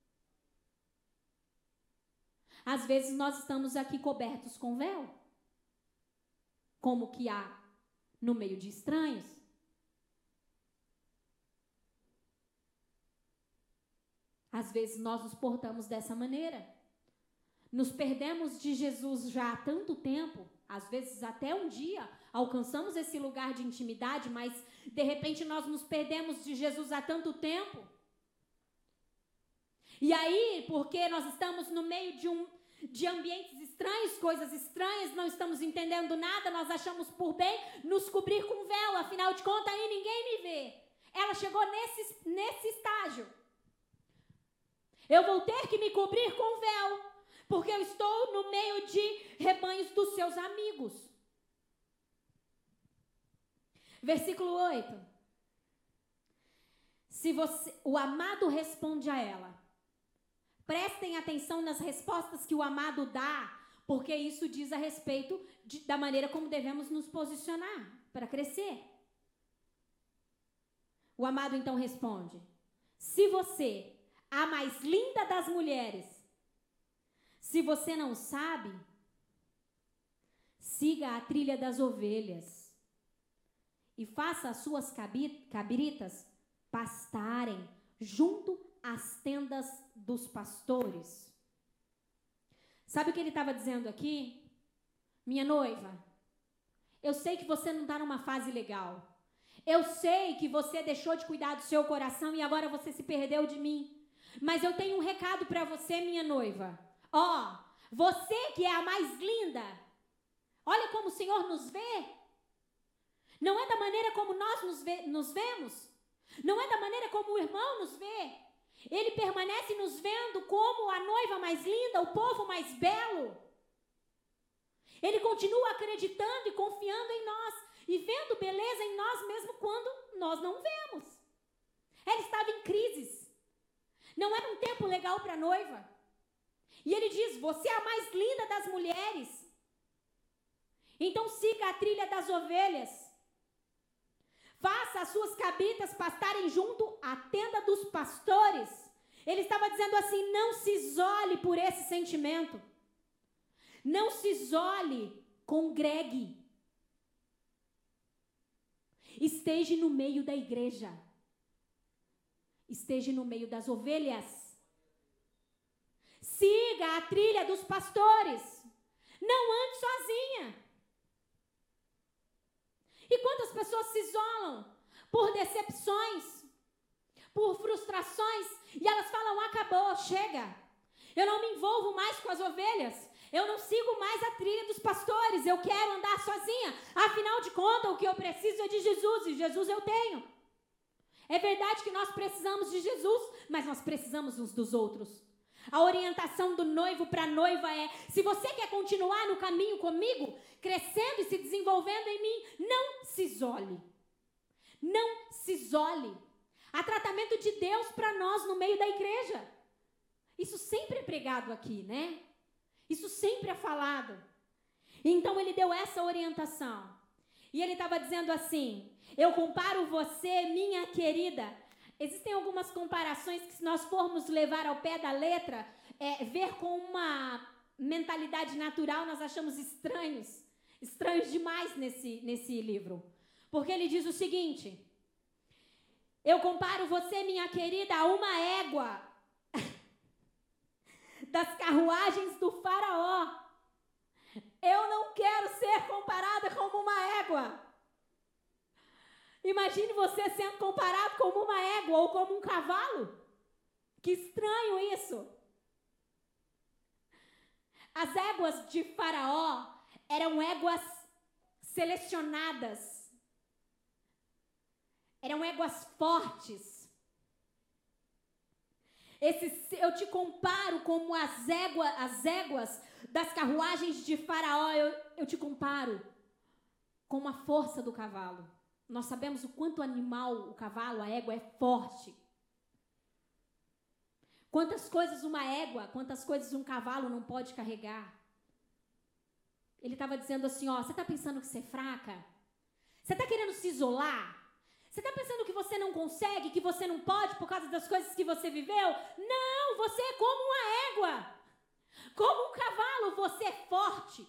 Às vezes, nós estamos aqui cobertos com véu. Como que há no meio de estranhos. Às vezes nós nos portamos dessa maneira. Nos perdemos de Jesus já há tanto tempo, às vezes até um dia alcançamos esse lugar de intimidade, mas de repente nós nos perdemos de Jesus há tanto tempo. E aí, porque nós estamos no meio de ambientes estranhos, coisas estranhas, não estamos entendendo nada, nós achamos por bem nos cobrir com véu, afinal de contas aí ninguém me vê. Ela chegou nesse estágio. Eu vou ter que me cobrir com véu, porque eu estou no meio de rebanhos dos seus amigos. Versículo 8. O amado responde a ela. Prestem atenção nas respostas que o amado dá, porque isso diz a respeito da maneira como devemos nos posicionar para crescer. O amado então responde: se você, a mais linda das mulheres, se você não sabe, siga a trilha das ovelhas e faça as suas cabritas pastarem junto às tendas dos pastores. Sabe o que ele estava dizendo aqui? Minha noiva, eu sei que você não está numa fase legal. Eu sei que você deixou de cuidar do seu coração e agora você se perdeu de mim. Mas eu tenho um recado para você, minha noiva. Você que é a mais linda, olha como o Senhor nos vê. Não é da maneira como nós nos vemos. Não é da maneira como o irmão nos vê. Ele permanece nos vendo como a noiva mais linda, o povo mais belo. Ele continua acreditando e confiando em nós e vendo beleza em nós mesmo quando nós não vemos. Ela estava em crises. Não era um tempo legal para a noiva. E ele diz: você é a mais linda das mulheres. Então siga a trilha das ovelhas. Faça as suas cabritas pastarem junto à tenda dos pastores. Ele estava dizendo assim: não se isole por esse sentimento. Não se isole, congregue. Esteja no meio da igreja. Esteja no meio das ovelhas. Siga a trilha dos pastores. Não ande sozinha. E quantas pessoas se isolam por decepções, por frustrações, e elas falam: acabou, chega. Eu não me envolvo mais com as ovelhas. Eu não sigo mais a trilha dos pastores. Eu quero andar sozinha. Afinal de contas, o que eu preciso é de Jesus, e Jesus eu tenho. É verdade que nós precisamos de Jesus, mas nós precisamos uns dos outros. A orientação do noivo para a noiva é: se você quer continuar no caminho comigo, crescendo e se desenvolvendo em mim, não se isole. Não se isole. Há tratamento de Deus para nós no meio da igreja. Isso sempre é pregado aqui, né? Isso sempre é falado. Então ele deu essa orientação. E ele estava dizendo assim: eu comparo você, minha querida. Existem algumas comparações que, se nós formos levar ao pé da letra, ver com uma mentalidade natural, nós achamos estranhos demais nesse livro. Porque ele diz o seguinte: eu comparo você, minha querida, a uma égua das carruagens do faraó. Eu não quero ser comparada como uma égua. Imagine você sendo comparado como uma égua ou como um cavalo. Que estranho isso. As éguas de Faraó eram éguas selecionadas. Eram éguas fortes. Eu te comparo como as éguas das carruagens de Faraó. Eu te comparo com a força do cavalo. Nós sabemos o quanto o animal, o cavalo, a égua é forte. Quantas coisas uma égua, quantas coisas um cavalo não pode carregar. Ele estava dizendo assim: você está pensando que você é fraca? Você está querendo se isolar? Você está pensando que você não consegue, que você não pode por causa das coisas que você viveu? Não, você é como uma égua. Como um cavalo, você é forte.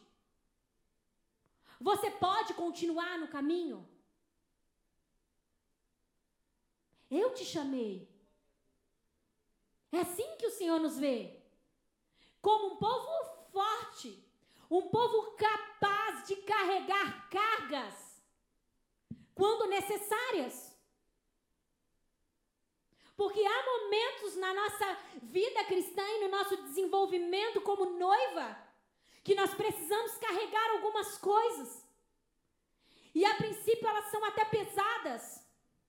Você pode continuar no caminho. Eu te chamei. É assim que o Senhor nos vê. Como um povo forte. Um povo capaz de carregar cargas quando necessárias. Porque há momentos na nossa vida cristã e no nosso desenvolvimento como noiva que nós precisamos carregar algumas coisas. E a princípio elas são até pesadas.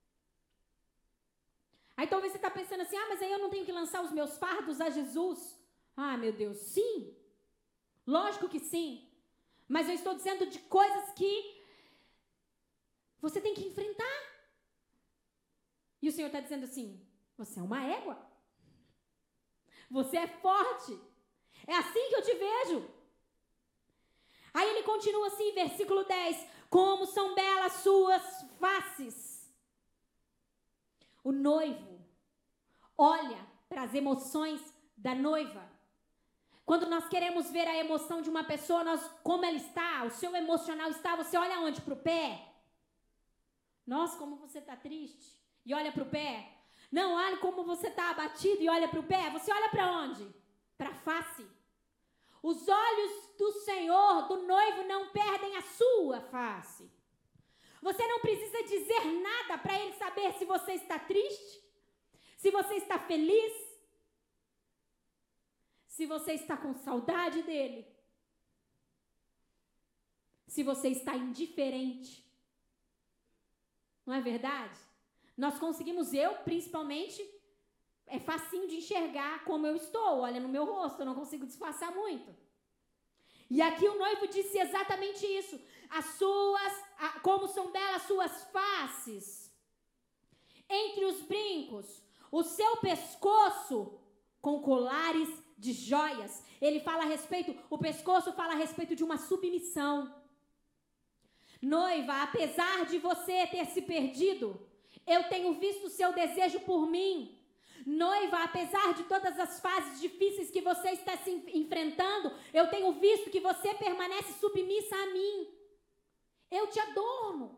Aí talvez você está pensando assim, mas aí eu não tenho que lançar os meus fardos a Jesus. Ah, meu Deus, sim. Lógico que sim. Mas eu estou dizendo de coisas que você tem que enfrentar. E o Senhor está dizendo assim, você é uma égua. Você é forte. É assim que eu te vejo. Aí ele continua assim, versículo 10. Como são belas suas faces. O noivo olha para as emoções da noiva. Quando nós queremos ver a emoção de uma pessoa, como ela está, o seu emocional está, você olha onde? Para o pé? Nossa, como você está triste. E olha para o pé. Não, olha como você está abatido e olha para o pé. Você olha para onde? Para a face. Os olhos do Senhor, do noivo, não perdem a sua face. Você não precisa dizer nada para ele saber se você está triste, se você está feliz, se você está com saudade dele, se você está indiferente. Não é verdade? Nós conseguimos, eu principalmente, é facinho de enxergar como eu estou. Olha no meu rosto, eu não consigo disfarçar muito. E aqui o noivo disse exatamente isso. Como são belas suas faces. Entre os brincos, o seu pescoço com colares de joias. Ele fala a respeito, o pescoço fala a respeito de uma submissão. Noiva, apesar de você ter se perdido, eu tenho visto o seu desejo por mim. Noiva, apesar de todas as fases difíceis que você está se enfrentando, eu tenho visto que você permanece submissa a mim. Eu te adorno.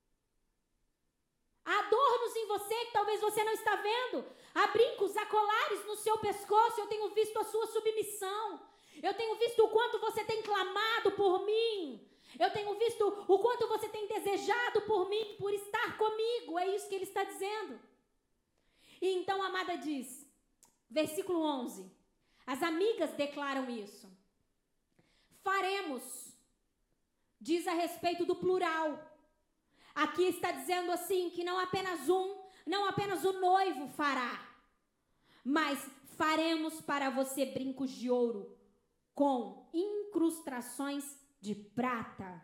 Há adornos em você que talvez você não está vendo. Há brincos, há colares no seu pescoço. Eu tenho visto a sua submissão. Eu tenho visto o quanto você tem clamado por mim. Eu tenho visto o quanto você tem desejado por mim, por estar comigo. É isso que ele está dizendo. E então a amada diz, versículo 11. As amigas declaram isso. Faremos. Diz a respeito do plural. Aqui está dizendo assim, que não apenas o noivo fará, mas faremos para você brincos de ouro com incrustações de prata.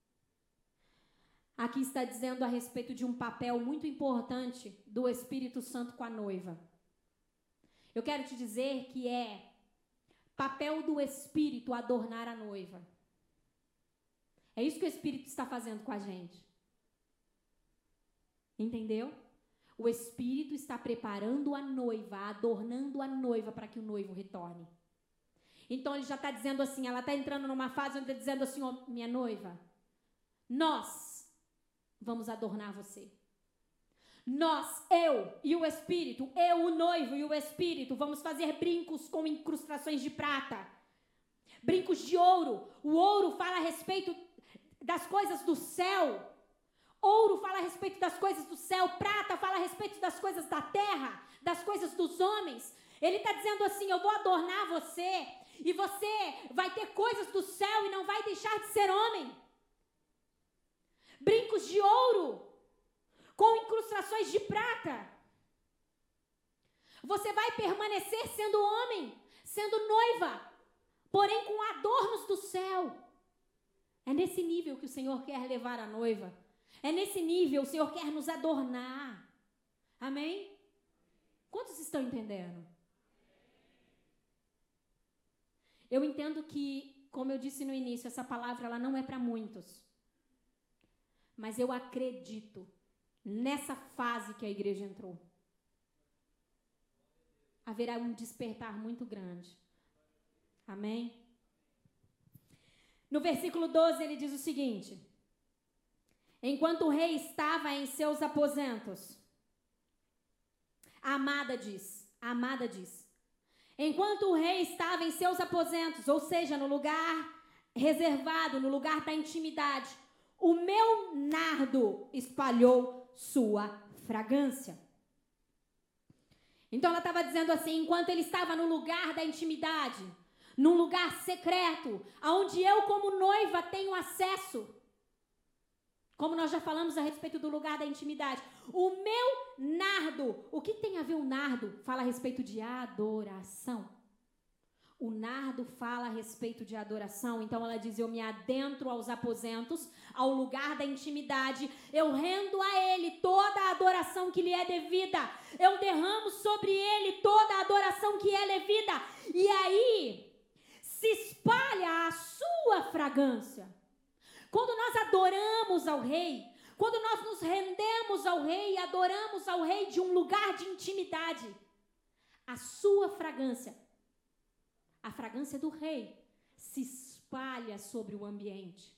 Aqui está dizendo a respeito de um papel muito importante do Espírito Santo com a noiva. Eu quero te dizer que é papel do Espírito adornar a noiva. É isso que o Espírito está fazendo com a gente. Entendeu? O Espírito está preparando a noiva, adornando a noiva para que o noivo retorne. Então ele já está dizendo assim, ela está entrando numa fase onde está dizendo assim, ó, minha noiva, nós vamos adornar você. Nós, eu e o Espírito, eu, o noivo e o Espírito, vamos fazer brincos com incrustações de prata, brincos de ouro. O ouro fala a respeito das coisas do céu. Ouro fala a respeito das coisas do céu, prata fala a respeito das coisas da terra, das coisas dos homens. Ele está dizendo assim, eu vou adornar você e você vai ter coisas do céu e não vai deixar de ser homem. Brincos de ouro com incrustações de prata. Você vai permanecer sendo homem, sendo noiva, porém com adornos do céu. É nesse nível que o Senhor quer levar a noiva. É nesse nível, o Senhor quer nos adornar. Amém? Quantos estão entendendo? Eu entendo que, como eu disse no início, essa palavra ela não é para muitos. Mas eu acredito nessa fase que a igreja entrou. Haverá um despertar muito grande. Amém? No versículo 12 ele diz o seguinte: enquanto o rei estava em seus aposentos, a amada diz, Enquanto o rei estava em seus aposentos, ou seja, no lugar reservado, no lugar da intimidade, o meu nardo espalhou sua fragrância. Então ela estava dizendo assim, enquanto ele estava no lugar da intimidade, num lugar secreto, aonde eu como noiva tenho acesso, como nós já falamos a respeito do lugar da intimidade, o meu nardo, o que tem a ver o nardo? Fala a respeito de adoração. O nardo fala a respeito de adoração. Então ela diz, eu me adentro aos aposentos, ao lugar da intimidade, eu rendo a ele toda a adoração que lhe é devida, eu derramo sobre ele toda a adoração que é devida, e aí se espalha a sua fragrância. Quando nós adoramos ao rei, quando nós nos rendemos ao rei e adoramos ao rei de um lugar de intimidade, a sua fragrância, a fragrância do rei, se espalha sobre o ambiente.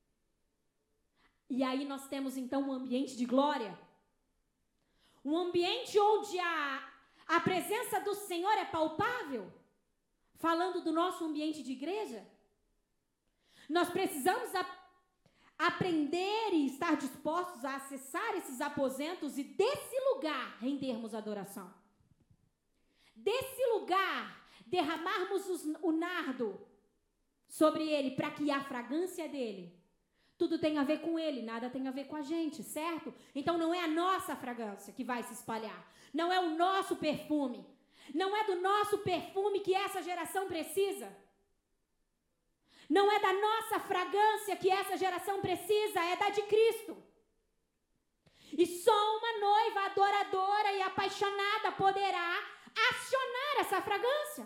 E aí nós temos então um ambiente de glória, um ambiente onde a presença do Senhor é palpável. Falando do nosso ambiente de igreja, nós precisamos aprender e estar dispostos a acessar esses aposentos e desse lugar rendermos adoração. Desse lugar derramarmos o nardo sobre ele para que a fragrância dele, tudo tem a ver com ele, nada tem a ver com a gente, certo? Então não é a nossa fragrância que vai se espalhar, não é o nosso perfume, não é do nosso perfume que essa geração precisa. Não é da nossa fragrância que essa geração precisa, é da de Cristo. E só uma noiva adoradora e apaixonada poderá acionar essa fragrância.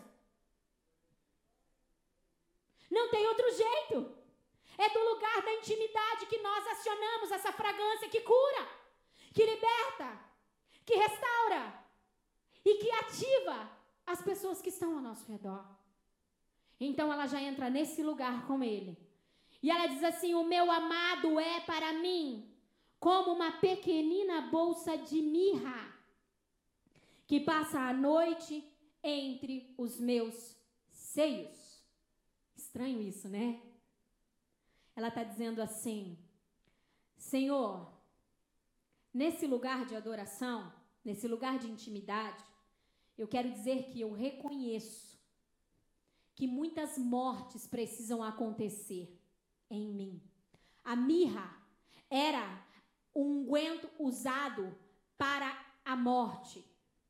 Não tem outro jeito. É do lugar da intimidade que nós acionamos essa fragrância que cura, que liberta, que restaura e que ativa as pessoas que estão ao nosso redor. Então ela já entra nesse lugar com ele. E ela diz assim, o meu amado é para mim como uma pequenina bolsa de mirra que passa a noite entre os meus seios. Estranho isso, né? Ela está dizendo assim, Senhor, nesse lugar de adoração, nesse lugar de intimidade, eu quero dizer que eu reconheço que muitas mortes precisam acontecer em mim. A mirra era um unguento usado para a morte.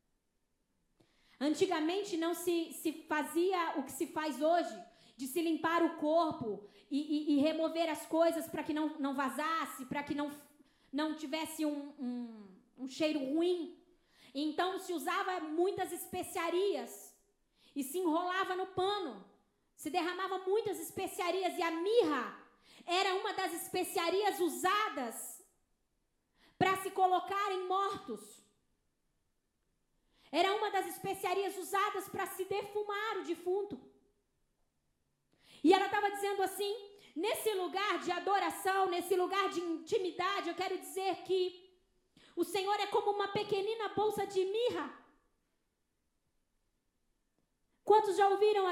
Antigamente não se fazia o que se faz hoje, de se limpar o corpo e remover as coisas para que não vazasse, para que não tivesse um cheiro ruim. Então se usava muitas especiarias e se enrolava no pano, se derramava muitas especiarias, e a mirra era uma das especiarias usadas para se colocar em mortos. Era uma das especiarias usadas para se defumar o defunto. E ela estava dizendo assim, nesse lugar de adoração, nesse lugar de intimidade, eu quero dizer que o Senhor é como uma pequenina bolsa de mirra. Quantos já ouviram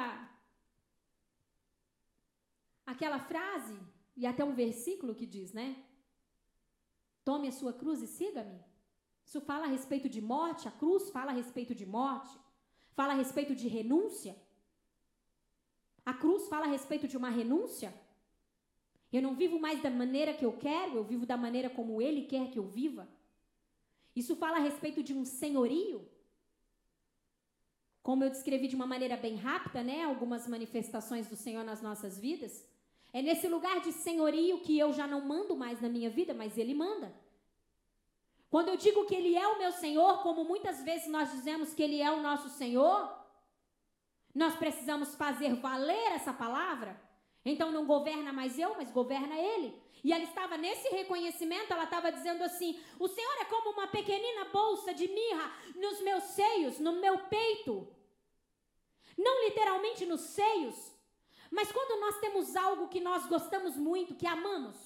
aquela frase, e até um versículo que diz, né? Tome a sua cruz e siga-me. Isso fala a respeito de morte, a cruz fala a respeito de morte, fala a respeito de renúncia. A cruz fala a respeito de uma renúncia. Eu não vivo mais da maneira que eu quero, eu vivo da maneira como Ele quer que eu viva. Isso fala a respeito de um senhorio. Como eu descrevi de uma maneira bem rápida, né? Algumas manifestações do Senhor nas nossas vidas. É nesse lugar de senhorio que eu já não mando mais na minha vida, mas Ele manda. Quando eu digo que Ele é o meu Senhor, como muitas vezes nós dizemos que Ele é o nosso Senhor, nós precisamos fazer valer essa palavra. Então não governa mais eu, mas governa Ele. E ela estava nesse reconhecimento, ela estava dizendo assim, o Senhor é como uma pequenina bolsa de mirra nos meus seios, no meu peito. Não literalmente nos seios, mas quando nós temos algo que nós gostamos muito, que amamos,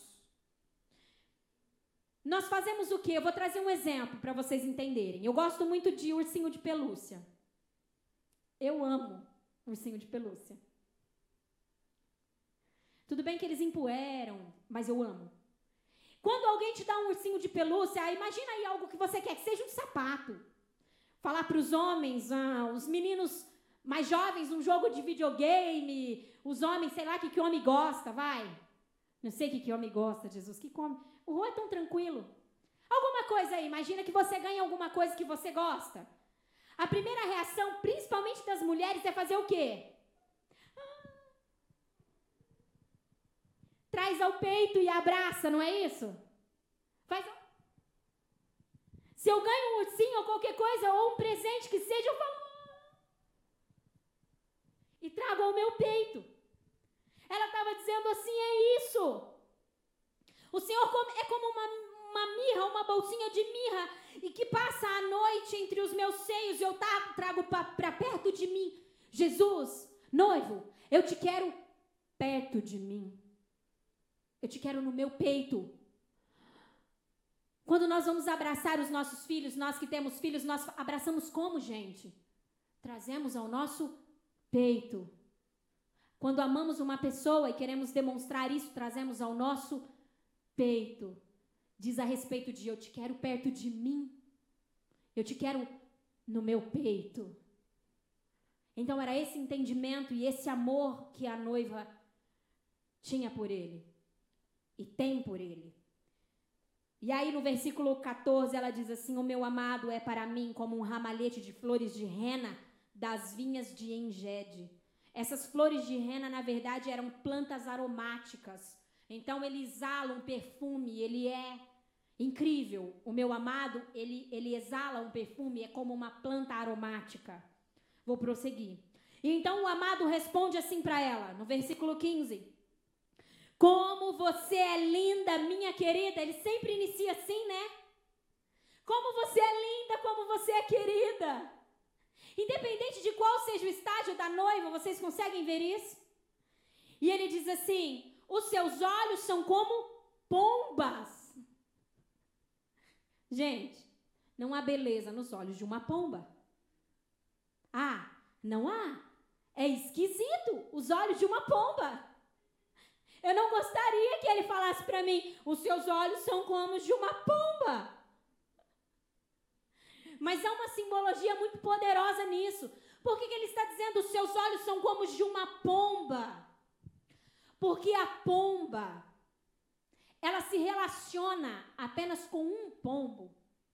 nós fazemos o quê? Eu vou trazer um exemplo para vocês entenderem. Eu gosto muito de ursinho de pelúcia. Eu amo ursinho de pelúcia. Tudo bem que eles empoeiram, mas eu amo. Quando alguém te dá um ursinho de pelúcia, imagina aí algo que você quer, que seja um sapato. Falar para os homens, os meninos mais jovens, um jogo de videogame, os homens, sei lá o que homem gosta, vai. Não sei o que homem gosta, Jesus, que come. O Rô é tão tranquilo. Alguma coisa aí, imagina que você ganha alguma coisa que você gosta. A primeira reação, principalmente das mulheres, é fazer o quê? Traz ao peito e abraça, não é isso? Se eu ganho um ursinho ou qualquer coisa, ou um presente que seja, eu falo... E trago ao meu peito. Ela estava dizendo assim, é isso. O Senhor é como uma mirra, uma bolsinha de mirra, e que passa a noite entre os meus seios, e eu trago para perto de mim. Jesus, noivo, eu te quero perto de mim. Eu te quero no meu peito. Quando nós vamos abraçar os nossos filhos, nós que temos filhos, nós abraçamos como, gente? Trazemos ao nosso peito. Quando amamos uma pessoa e queremos demonstrar isso, trazemos ao nosso peito. Diz a respeito de eu te quero perto de mim. Eu te quero no meu peito. Então era esse entendimento e esse amor que a noiva tinha por ele. E tem por ele. E aí no versículo 14 ela diz assim, o meu amado é para mim como um ramalhete de flores de rena das vinhas de Engede. Essas flores de rena, na verdade, eram plantas aromáticas. Então ele exala um perfume, ele é incrível. O meu amado, ele exala um perfume, é como uma planta aromática. Vou prosseguir. E então o amado responde assim para ela, no versículo 15. Como você é linda, minha querida. Ele sempre inicia assim, né? Como você é linda, como você é querida. Independente de qual seja o estágio da noiva, vocês conseguem ver isso? E ele diz assim, os seus olhos são como pombas. Gente, não há beleza nos olhos de uma pomba. Ah, não há? É esquisito os olhos de uma pomba. Eu não gostaria que ele falasse para mim, os seus olhos são como os de uma pomba. Mas há uma simbologia muito poderosa nisso. Por que ele está dizendo, os seus olhos são como os de uma pomba? Porque a pomba, ela se relaciona apenas com um pombo.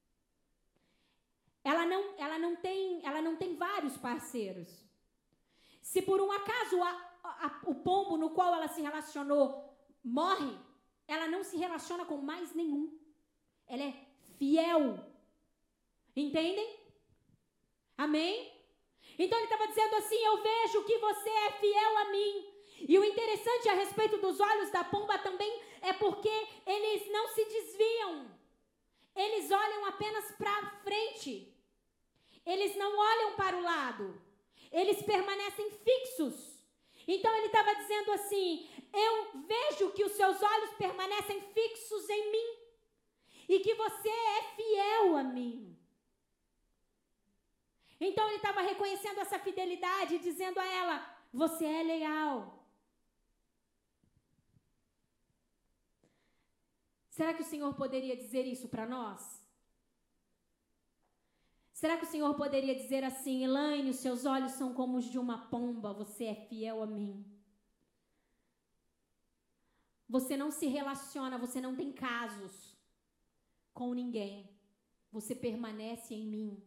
Ela não tem vários parceiros. Se por um acaso o pombo no qual ela se relacionou morre, ela não se relaciona com mais nenhum. Ela é fiel. Entendem? Amém? Então ele estava dizendo assim, eu vejo que você é fiel a mim. E o interessante a respeito dos olhos da pomba também é porque eles não se desviam. Eles olham apenas para frente. Eles não olham para o lado. Eles permanecem fixos. Então ele estava dizendo assim, eu vejo que os seus olhos permanecem fixos em mim. E que você é fiel a mim. Então ele estava reconhecendo essa fidelidade, dizendo a ela, você é leal. Será que o Senhor poderia dizer isso para nós? Será que o Senhor poderia dizer assim, Elaine, os seus olhos são como os de uma pomba, você é fiel a mim. Você não se relaciona, você não tem casos com ninguém. Você permanece em mim.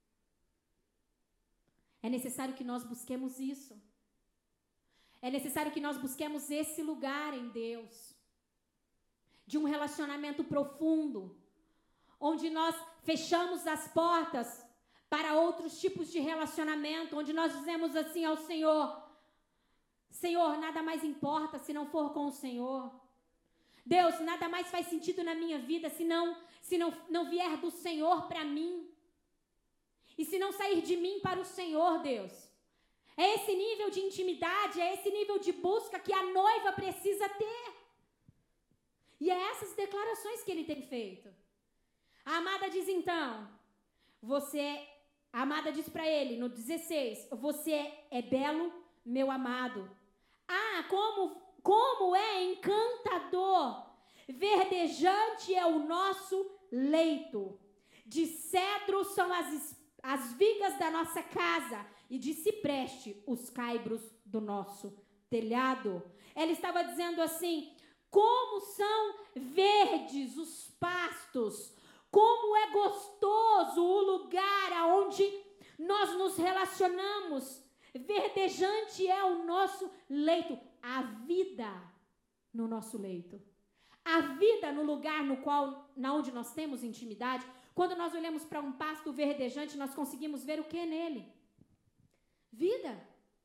É necessário que nós busquemos isso. É necessário que nós busquemos esse lugar em Deus. De um relacionamento profundo. Onde nós fechamos as portas para outros tipos de relacionamento. Onde nós dizemos assim ao Senhor, Senhor, nada mais importa se não for com o Senhor. Deus, nada mais faz sentido na minha vida se não vier do Senhor para mim. E se não sair de mim para o Senhor, Deus. É esse nível de intimidade, é esse nível de busca que a noiva precisa ter. E é essas declarações que ele tem feito. A amada diz então, você a amada diz para ele, no 16, você é belo, meu amado. Ah, como é encantador, verdejante é o nosso leito. De cedro são as vigas da nossa casa e de cipreste os caibros do nosso telhado. Ela estava dizendo assim, como são verdes os pastos, como é gostoso o lugar aonde nós nos relacionamos. Verdejante é o nosso leito, a vida no nosso leito. A vida no lugar onde nós temos intimidade. Quando nós olhamos para um pasto verdejante, nós conseguimos ver o que nele? Vida.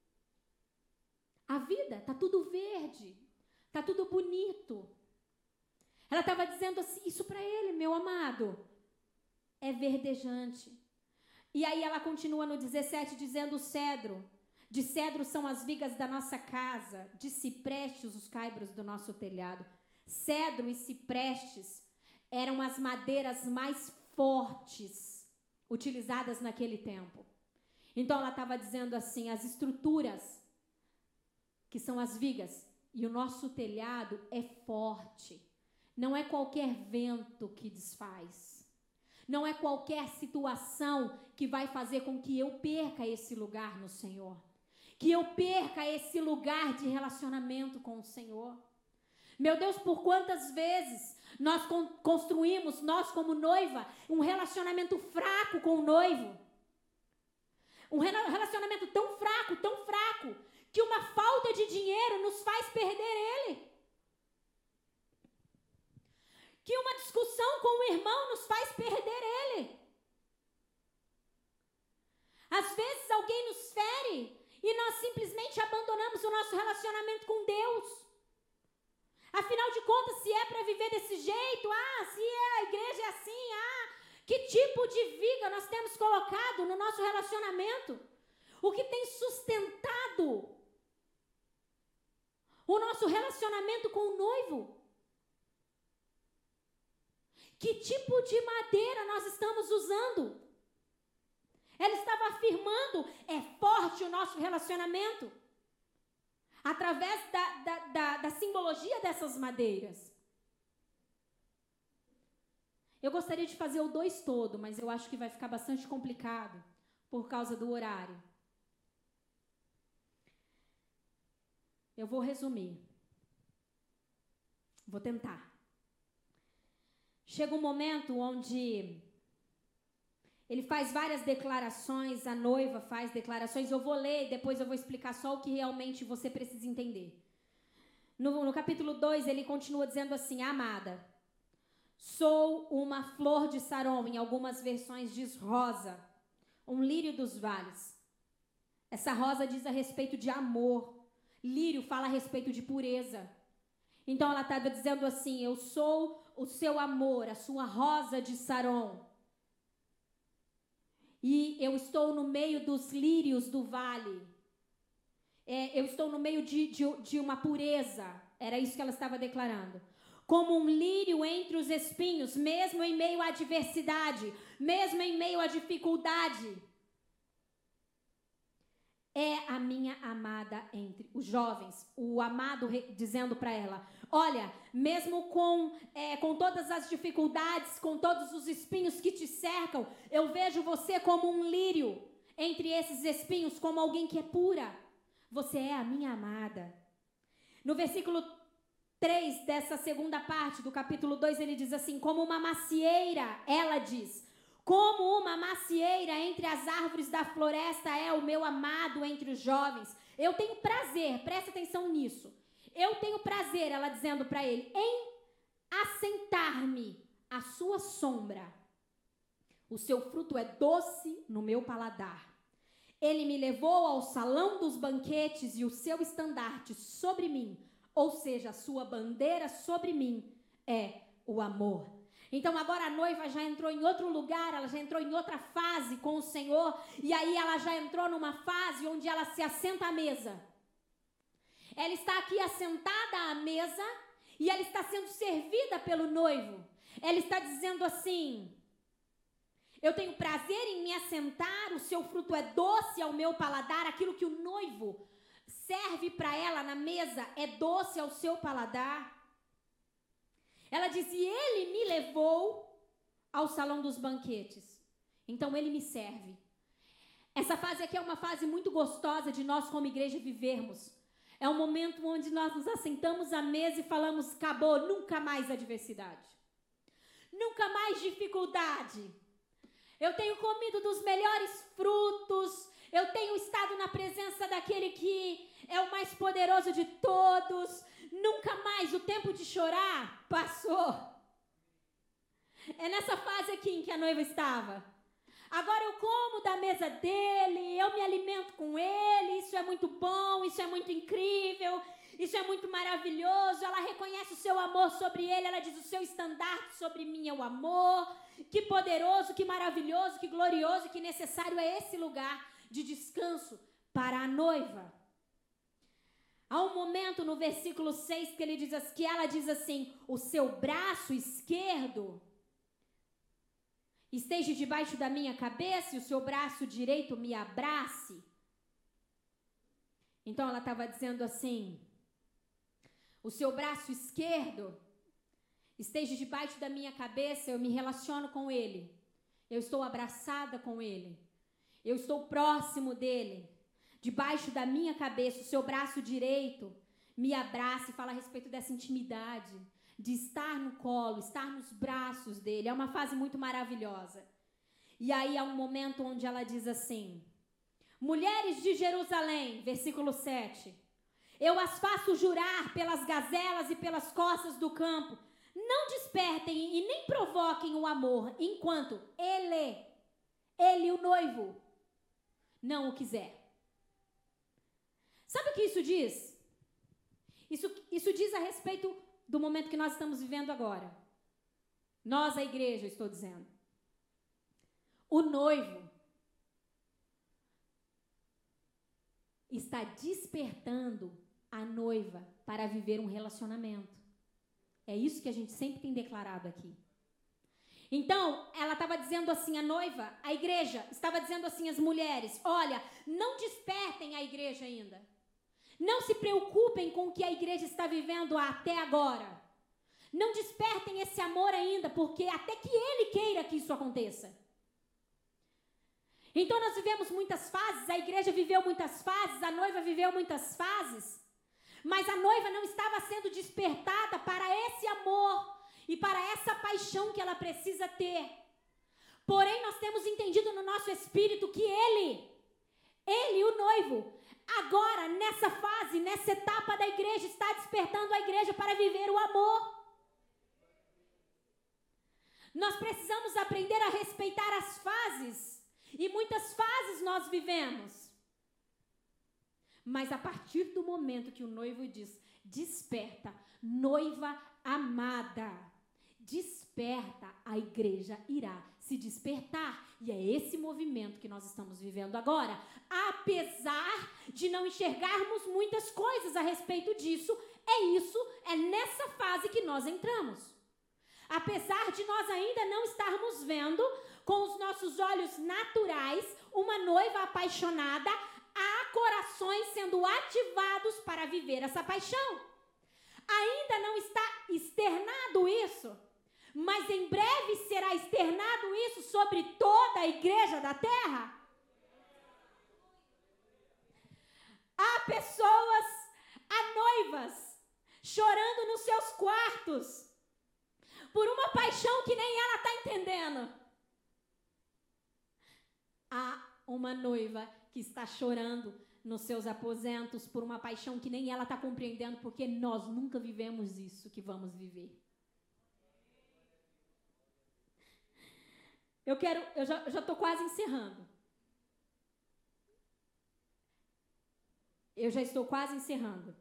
A vida, está tudo verde, está tudo bonito. Ela estava dizendo assim, isso para ele, meu amado, é verdejante. E aí ela continua no 17 dizendo cedro. De cedro são as vigas da nossa casa, de ciprestes os caibros do nosso telhado. Cedro e ciprestes eram as madeiras mais fortes utilizadas naquele tempo. Então ela estava dizendo assim, as estruturas, que são as vigas, e o nosso telhado é forte. Não é qualquer vento que desfaz. Não é qualquer situação que vai fazer com que eu perca esse lugar no Senhor. Que eu perca esse lugar de relacionamento com o Senhor. Meu Deus, por quantas vezes nós construímos, nós como noiva, um relacionamento fraco com o noivo. Um relacionamento tão fraco, que uma falta de dinheiro nos faz perder ele. Que uma discussão com o irmão nos faz perder ele. Às vezes alguém nos fere e nós simplesmente abandonamos o nosso relacionamento com Deus. Afinal de contas, se é para viver desse jeito, se a igreja é assim, que tipo de viga nós temos colocado no nosso relacionamento? O que tem sustentado o nosso relacionamento com o noivo? Que tipo de madeira nós estamos usando? Ela estava afirmando, é forte o nosso relacionamento. Através da simbologia dessas madeiras. Eu gostaria de fazer o 2 todo, mas eu acho que vai ficar bastante complicado por causa do horário. Eu vou resumir. Vou tentar. Chega um momento onde ele faz várias declarações, a noiva faz declarações. Eu vou ler e depois eu vou explicar só o que realmente você precisa entender. No capítulo 2, ele continua dizendo assim, amada, sou uma flor de Saron, em algumas versões diz rosa, um lírio dos vales. Essa rosa diz a respeito de amor, lírio fala a respeito de pureza. Então ela estava dizendo assim, eu sou o seu amor, a sua rosa de Saron. E eu estou no meio dos lírios do vale. Eu estou no meio de uma pureza. Era isso que ela estava declarando. Como um lírio entre os espinhos, mesmo em meio à adversidade, mesmo em meio à dificuldade. É a minha amada entre os jovens. O amado dizendo para ela, olha, mesmo com todas as dificuldades, com todos os espinhos que te cercam, eu vejo você como um lírio entre esses espinhos, como alguém que é pura. Você é a minha amada. No versículo 3 dessa segunda parte do capítulo 2, ele diz assim, como uma macieira, ela diz, como uma macieira entre as árvores da floresta é o meu amado entre os jovens. Eu tenho prazer, presta atenção nisso. Eu tenho prazer, ela dizendo para ele, em assentar-me à sua sombra. O seu fruto é doce no meu paladar. Ele me levou ao salão dos banquetes e o seu estandarte sobre mim, ou seja, a sua bandeira sobre mim é o amor. Então agora a noiva já entrou em outro lugar, ela já entrou em outra fase com o Senhor, e aí ela já entrou numa fase onde ela se assenta à mesa. Ela está aqui assentada à mesa e ela está sendo servida pelo noivo. Ela está dizendo assim, Eu tenho prazer em me assentar, o seu fruto é doce ao meu paladar, aquilo que o noivo serve para ela na mesa é doce ao seu paladar. Ela diz, e ele me levou ao salão dos banquetes. Então ele me serve. Essa fase aqui é uma fase muito gostosa de nós como igreja vivermos. É um momento onde nós nos assentamos à mesa e falamos, acabou, nunca mais adversidade. Nunca mais dificuldade. Eu tenho comido dos melhores frutos. Eu tenho estado na presença daquele que é o mais poderoso de todos. Nunca mais o tempo de chorar passou. É nessa fase aqui em que a noiva estava. Agora eu como da mesa dele, eu me alimento com ele, isso é muito bom, isso é muito incrível, isso é muito maravilhoso. Ela reconhece o seu amor sobre ele, ela diz, o seu estandarte sobre mim é o amor. Que poderoso, que maravilhoso, que glorioso, que necessário é esse lugar de descanso para a noiva. Há um momento no versículo 6 que ela diz assim, o seu braço esquerdo esteja debaixo da minha cabeça e o seu braço direito me abrace. Então ela estava dizendo assim, o seu braço esquerdo esteja debaixo da minha cabeça, eu me relaciono com ele, eu estou abraçada com ele, eu estou próximo dele, debaixo da minha cabeça, o seu braço direito me abraça e fala a respeito dessa intimidade, de estar no colo, estar nos braços dele. É uma fase muito maravilhosa. E aí há um momento onde ela diz assim, mulheres de Jerusalém, versículo 7, eu as faço jurar pelas gazelas e pelas costas do campo, não despertem e nem provoquem o amor, enquanto ele, o noivo, não o quiser. Sabe o que isso diz? Isso diz a respeito do momento que nós estamos vivendo agora. Nós, a igreja, estou dizendo. O noivo está despertando a noiva para viver um relacionamento. É isso que a gente sempre tem declarado aqui. Então, ela estava dizendo assim, a noiva, a igreja, estava dizendo assim às mulheres, olha, não despertem a igreja ainda. Não se preocupem com o que a igreja está vivendo até agora. Não despertem esse amor ainda, porque até que ele queira que isso aconteça. Então nós vivemos muitas fases, a igreja viveu muitas fases, a noiva viveu muitas fases, mas a noiva não estava sendo despertada para esse amor e para essa paixão que ela precisa ter. Porém, nós temos entendido no nosso espírito que ele, o noivo, agora, nessa fase, nessa etapa da igreja, está despertando a igreja para viver o amor. Nós precisamos aprender a respeitar as fases. E muitas fases nós vivemos. Mas a partir do momento que o noivo diz, desperta, noiva amada, desperta, a igreja irá se despertar. E é esse movimento que nós estamos vivendo agora. Apesar de não enxergarmos muitas coisas a respeito disso, é nessa fase que nós entramos. Apesar de nós ainda não estarmos vendo com os nossos olhos naturais uma noiva apaixonada, há corações sendo ativados para viver essa paixão. Ainda não está externado isso, mas em breve será externado isso sobre toda a igreja da terra. Há pessoas, há noivas, chorando nos seus quartos, por uma paixão que nem ela está entendendo. Há uma noiva que está chorando nos seus aposentos por uma paixão que nem ela está compreendendo, porque nós nunca vivemos isso que vamos viver. Eu já estou quase encerrando. Eu já estou quase encerrando.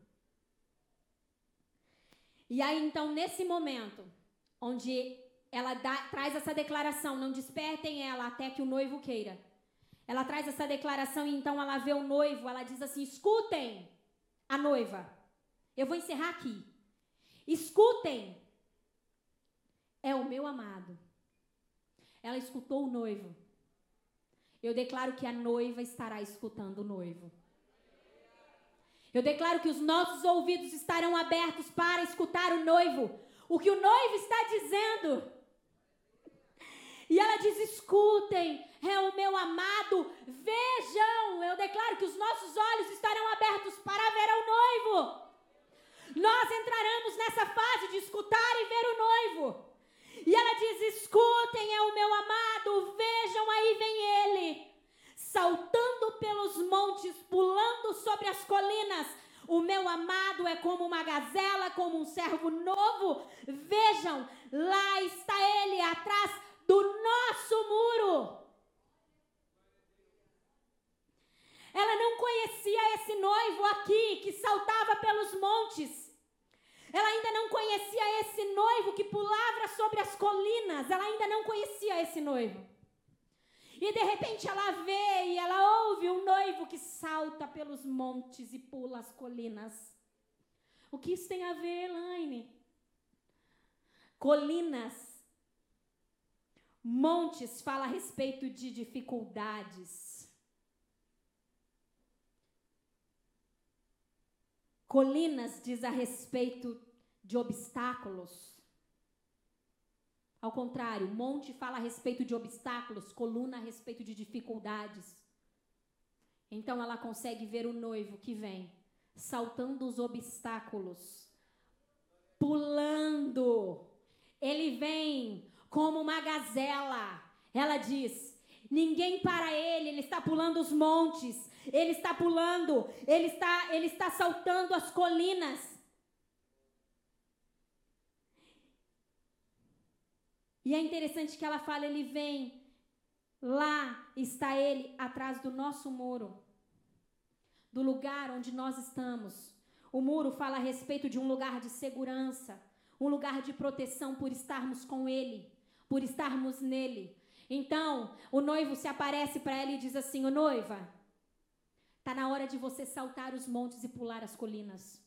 E aí, então, nesse momento, onde ela traz essa declaração, não despertem ela até que o noivo queira. Ela traz essa declaração e então ela vê o noivo, ela diz assim, escutem a noiva. Eu vou encerrar aqui. Escutem. É o meu amado. Ela escutou o noivo. Eu declaro que a noiva estará escutando o noivo. Eu declaro que os nossos ouvidos estarão abertos para escutar o noivo. O que o noivo está dizendo. E ela diz, escutem, é o meu amado, vejam. Eu declaro que os nossos olhos estarão abertos para ver o noivo. Nós entraremos nessa fase de escutar e ver o noivo. E ela diz, escutem, é o meu amado, vejam, aí vem ele. Saltando pelos montes, pulando sobre as colinas. O meu amado é como uma gazela, como um servo novo. Vejam, lá está ele, atrás do nosso muro. Ela não conhecia esse noivo aqui, que saltava pelos montes. Ela ainda não conhecia esse noivo que pulava sobre as colinas. Ela ainda não conhecia esse noivo. E de repente ela vê e ela ouve um noivo que salta pelos montes e pula as colinas. O que isso tem a ver, Elaine? Colinas, montes fala a respeito de dificuldades. Colinas diz a respeito de obstáculos. Ao contrário, monte fala a respeito de obstáculos, coluna a respeito de dificuldades. Então ela consegue ver o noivo que vem, saltando os obstáculos, pulando. Ele vem como uma gazela. Ela diz, ninguém para ele, ele está pulando os montes, ele está pulando, ele está saltando as colinas. E é interessante que ela fala, ele vem, lá está ele atrás do nosso muro, do lugar onde nós estamos. O muro fala a respeito de um lugar de segurança, um lugar de proteção por estarmos com ele, por estarmos nele. Então, o noivo se aparece para ela e diz assim, ô noiva, está na hora de você saltar os montes e pular as colinas.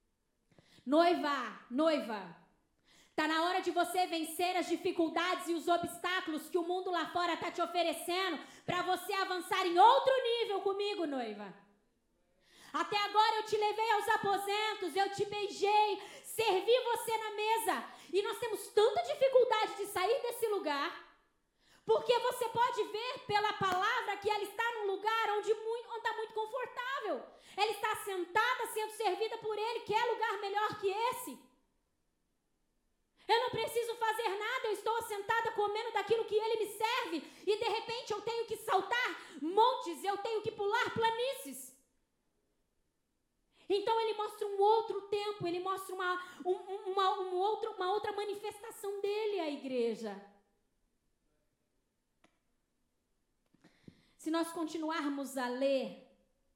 Noiva, está na hora de você vencer as dificuldades e os obstáculos que o mundo lá fora está te oferecendo para você avançar em outro nível comigo, noiva. Até agora eu te levei aos aposentos, eu te beijei, servi você na mesa. E nós temos tanta dificuldade de sair desse lugar, porque você pode ver pela palavra que ela está num lugar onde está muito confortável. Ela está sentada, sendo servida por ele, que é lugar melhor que esse. Eu não preciso fazer nada, eu estou sentada comendo daquilo que ele me serve e de repente eu tenho que saltar montes, eu tenho que pular planícies. Então ele mostra um outro tempo, ele mostra uma outra manifestação dele à igreja. Se nós continuarmos a ler,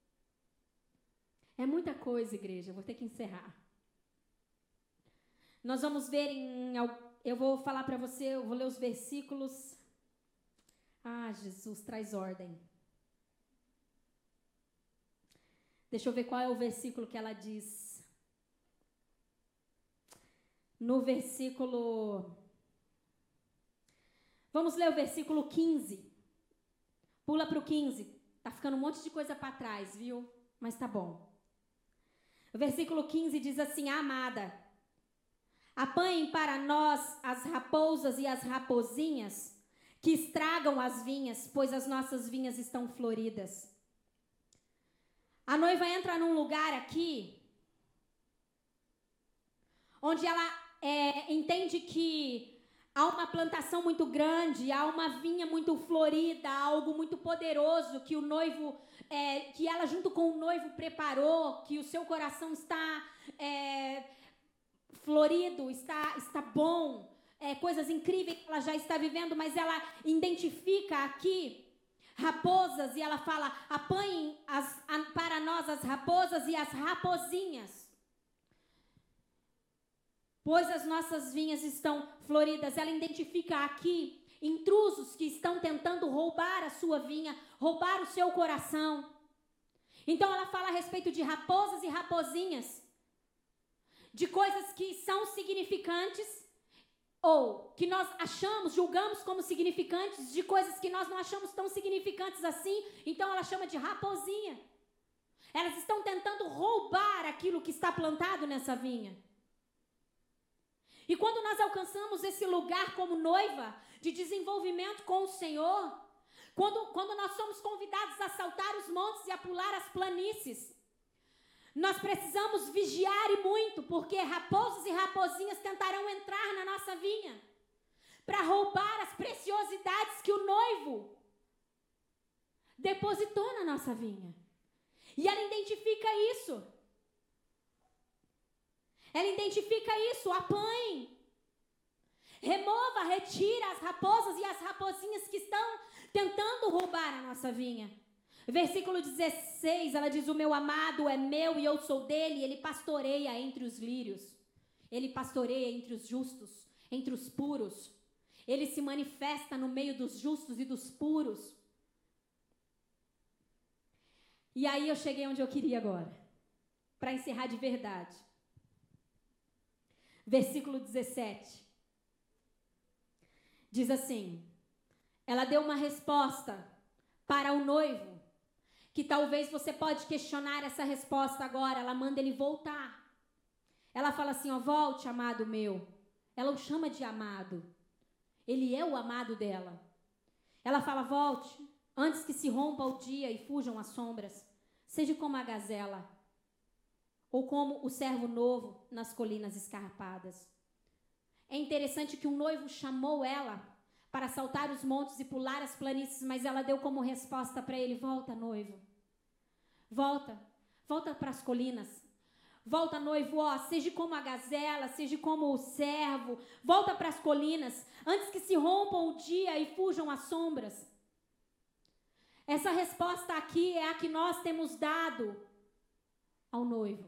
é muita coisa, igreja, eu vou ter que encerrar. Nós vamos ver eu vou falar para você, eu vou ler os versículos. Ah, Jesus, traz ordem. Deixa eu ver qual é o versículo que ela diz. No versículo... Vamos ler o versículo 15. Pula para o 15. Tá ficando um monte de coisa para trás, viu? Mas tá bom. O versículo 15 diz assim, amada, apanhem para nós as raposas e as rapozinhas que estragam as vinhas, pois as nossas vinhas estão floridas. A noiva entra num lugar aqui onde ela entende que há uma plantação muito grande, há uma vinha muito florida, algo muito poderoso que o noivo, que ela junto com o noivo preparou, que o seu coração está florido, está bom, coisas incríveis que ela já está vivendo, mas ela identifica aqui raposas e ela fala, apanhem para nós as raposas e as rapozinhas, pois as nossas vinhas estão floridas. Ela identifica aqui intrusos que estão tentando roubar a sua vinha, roubar o seu coração. Então ela fala a respeito de raposas e rapozinhas, de coisas que são significantes, ou que nós achamos, julgamos como significantes de coisas que nós não achamos tão significantes assim, então ela chama de raposinha. Elas estão tentando roubar aquilo que está plantado nessa vinha. E quando nós alcançamos esse lugar como noiva de desenvolvimento com o Senhor, quando nós somos convidados a saltar os montes e a pular as planícies, nós precisamos vigiar e muito, porque raposos e raposinhas tentarão entrar na nossa vinha para roubar as preciosidades que o noivo depositou na nossa vinha. E ela identifica isso. Ela identifica isso, apanhe. Remova, retira as raposas e as raposinhas que estão tentando roubar a nossa vinha. Versículo 16, ela diz: o meu amado é meu e eu sou dele, ele pastoreia entre os lírios. Ele pastoreia entre os justos, entre os puros. Ele se manifesta no meio dos justos e dos puros. E aí eu cheguei onde eu queria agora, para encerrar de verdade. Versículo 17. Diz assim: ela deu uma resposta para o noivo, que talvez você pode questionar essa resposta agora. Ela manda ele voltar. Ela fala assim: ó, volte, amado meu. Ela o chama de amado. Ele é o amado dela. Ela fala: volte, antes que se rompa o dia e fujam as sombras. Seja como a gazela, ou como o servo novo nas colinas escarpadas. É interessante que o noivo chamou ela para saltar os montes e pular as planícies, mas ela deu como resposta para ele: volta, noivo. Volta para as colinas. Volta, noivo, ó, seja como a gazela, seja como o servo. Volta para as colinas, antes que se rompam o dia e fujam as sombras. Essa resposta aqui é a que nós temos dado ao noivo.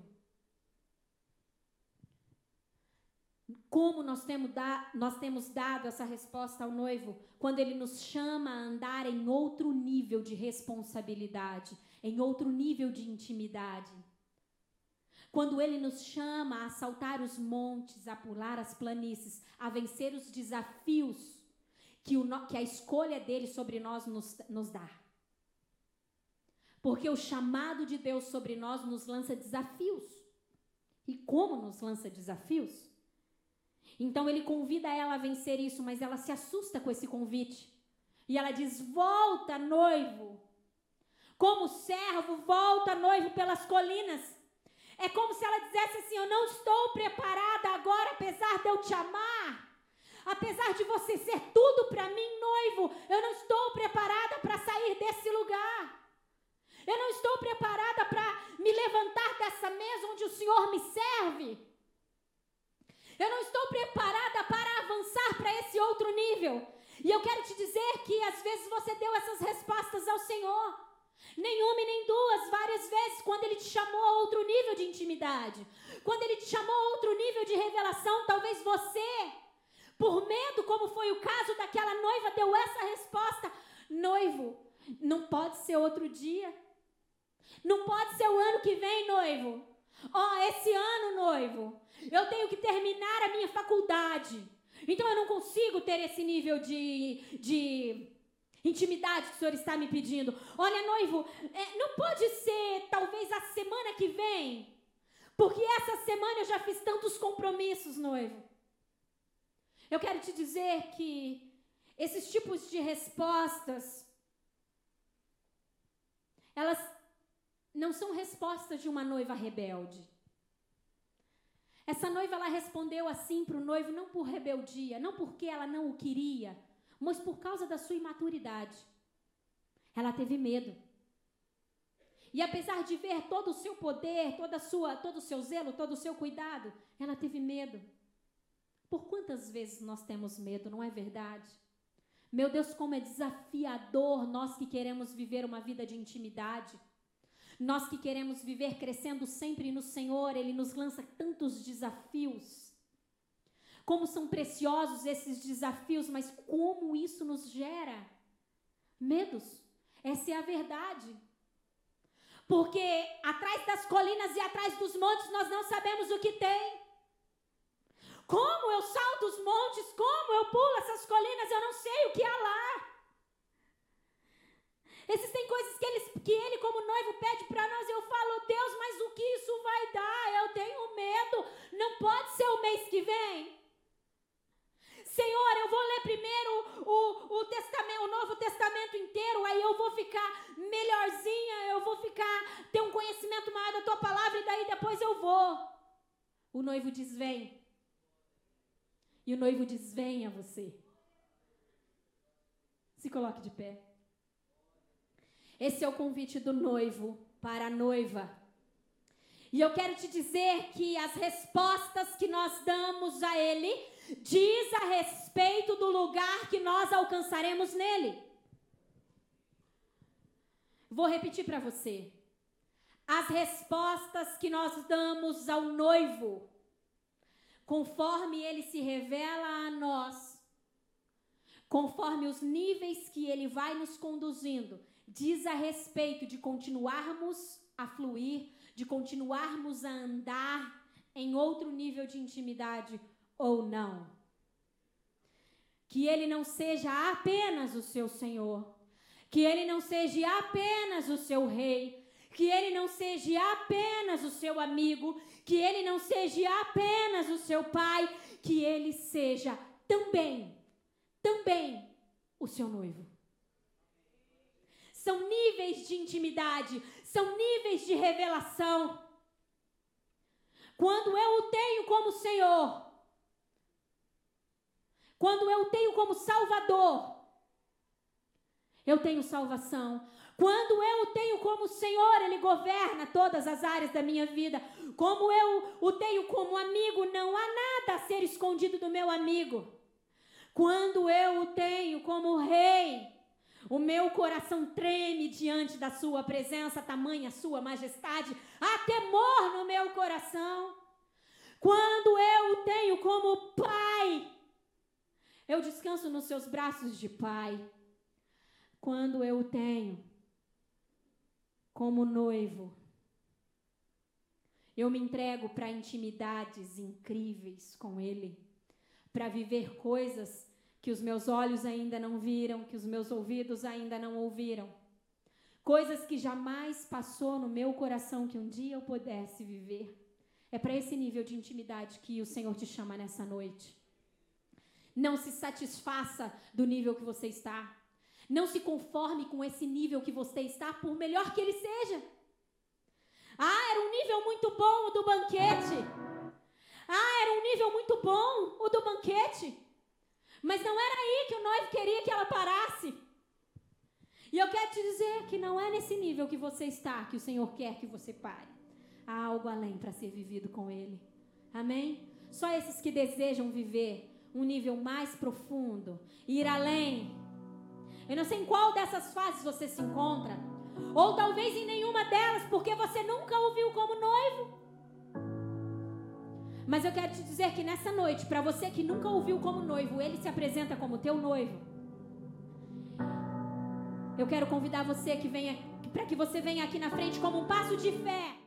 Como nós temos dado essa resposta ao noivo? Quando ele nos chama a andar em outro nível de responsabilidade, em outro nível de intimidade. Quando ele nos chama a saltar os montes, a pular as planícies, a vencer os desafios que a escolha dele sobre nós nos dá. Porque o chamado de Deus sobre nós nos lança desafios. E como nos lança desafios? Então ele convida ela a vencer isso, mas ela se assusta com esse convite. E ela diz: volta, noivo. Como servo, volta, noivo, pelas colinas. É como se ela dissesse assim: eu não estou preparada agora, apesar de eu te amar. Apesar de você ser tudo para mim, noivo, eu não estou preparada para sair desse lugar. Eu não estou preparada para me levantar dessa mesa onde o Senhor me serve. Eu não estou preparada para avançar para esse outro nível. E eu quero te dizer que às vezes você deu essas respostas ao Senhor. Nem uma e nem duas, várias vezes, quando Ele te chamou a outro nível de intimidade. Quando Ele te chamou a outro nível de revelação, talvez você, por medo, como foi o caso daquela noiva, deu essa resposta: noivo, não pode ser outro dia. Não pode ser o ano que vem, noivo. Esse ano, noivo, eu tenho que terminar a minha faculdade. Então eu não consigo ter esse nível de intimidade que o Senhor está me pedindo. Olha, noivo, não pode ser talvez a semana que vem, porque essa semana eu já fiz tantos compromissos, noivo. Eu quero te dizer que esses tipos de respostas, elas não são respostas de uma noiva rebelde. Essa noiva, ela respondeu assim para o noivo, não por rebeldia, não porque ela não o queria, mas por causa da sua imaturidade. Ela teve medo. E apesar de ver todo o seu poder, todo o seu zelo, todo o seu cuidado, ela teve medo. Por quantas vezes nós temos medo, não é verdade? Meu Deus, como é desafiador nós que queremos viver uma vida de intimidade. Nós que queremos viver crescendo sempre no Senhor, Ele nos lança tantos desafios. Como são preciosos esses desafios, mas como isso nos gera medos. Essa é a verdade. Porque atrás das colinas e atrás dos montes nós não sabemos o que tem. Como eu salto os montes, como eu pulo essas colinas, eu não sei o que há lá. Existem coisas que ele como noivo pede para nós, e eu falo, Deus, mas o que isso vai dar? Eu tenho medo, não pode ser o mês que vem. Senhor, eu vou ler primeiro o Novo Testamento inteiro, aí eu vou ficar melhorzinha, eu vou ter um conhecimento maior da tua palavra, e daí depois eu vou. O noivo diz, vem. E o noivo diz, venha você. Se coloque de pé. Esse é o convite do noivo para a noiva. E eu quero te dizer que as respostas que nós damos a ele diz a respeito do lugar que nós alcançaremos nele. Vou repetir para você. As respostas que nós damos ao noivo, conforme ele se revela a nós, conforme os níveis que ele vai nos conduzindo, diz a respeito de continuarmos a fluir, de continuarmos a andar em outro nível de intimidade ou não. Que ele não seja apenas o seu Senhor, que ele não seja apenas o seu rei, que ele não seja apenas o seu amigo, que ele não seja apenas o seu pai, que ele seja também o seu noivo. São níveis de intimidade, são níveis de revelação. Quando eu o tenho como Senhor, quando eu o tenho como Salvador, eu tenho salvação. Quando eu o tenho como Senhor, Ele governa todas as áreas da minha vida. Como eu o tenho como amigo, não há nada a ser escondido do meu amigo. Quando eu o tenho como Rei, o meu coração treme diante da sua presença, tamanha sua majestade, há temor no meu coração. Quando eu o tenho como Pai, eu descanso nos seus braços de Pai. Quando eu o tenho como noivo, eu me entrego para intimidades incríveis com Ele, para viver coisas que os meus olhos ainda não viram, que os meus ouvidos ainda não ouviram. Coisas que jamais passou no meu coração que um dia eu pudesse viver. É para esse nível de intimidade que o Senhor te chama nessa noite. Não se satisfaça do nível que você está. Não se conforme com esse nível que você está, por melhor que ele seja. Era um nível muito bom o do banquete. Era um nível muito bom o do banquete. Mas não era aí que o noivo queria que ela parasse. E eu quero te dizer que não é nesse nível que você está que o Senhor quer que você pare. Há algo além para ser vivido com Ele. Amém? Só esses que desejam viver um nível mais profundo, ir além. Eu não sei em qual dessas fases você se encontra, ou talvez em nenhuma delas, porque você nunca o viu como noivo. Mas eu quero te dizer que nessa noite, para você que nunca o viu como noivo, Ele se apresenta como teu noivo. Eu quero convidar você para que você venha aqui na frente como um passo de fé.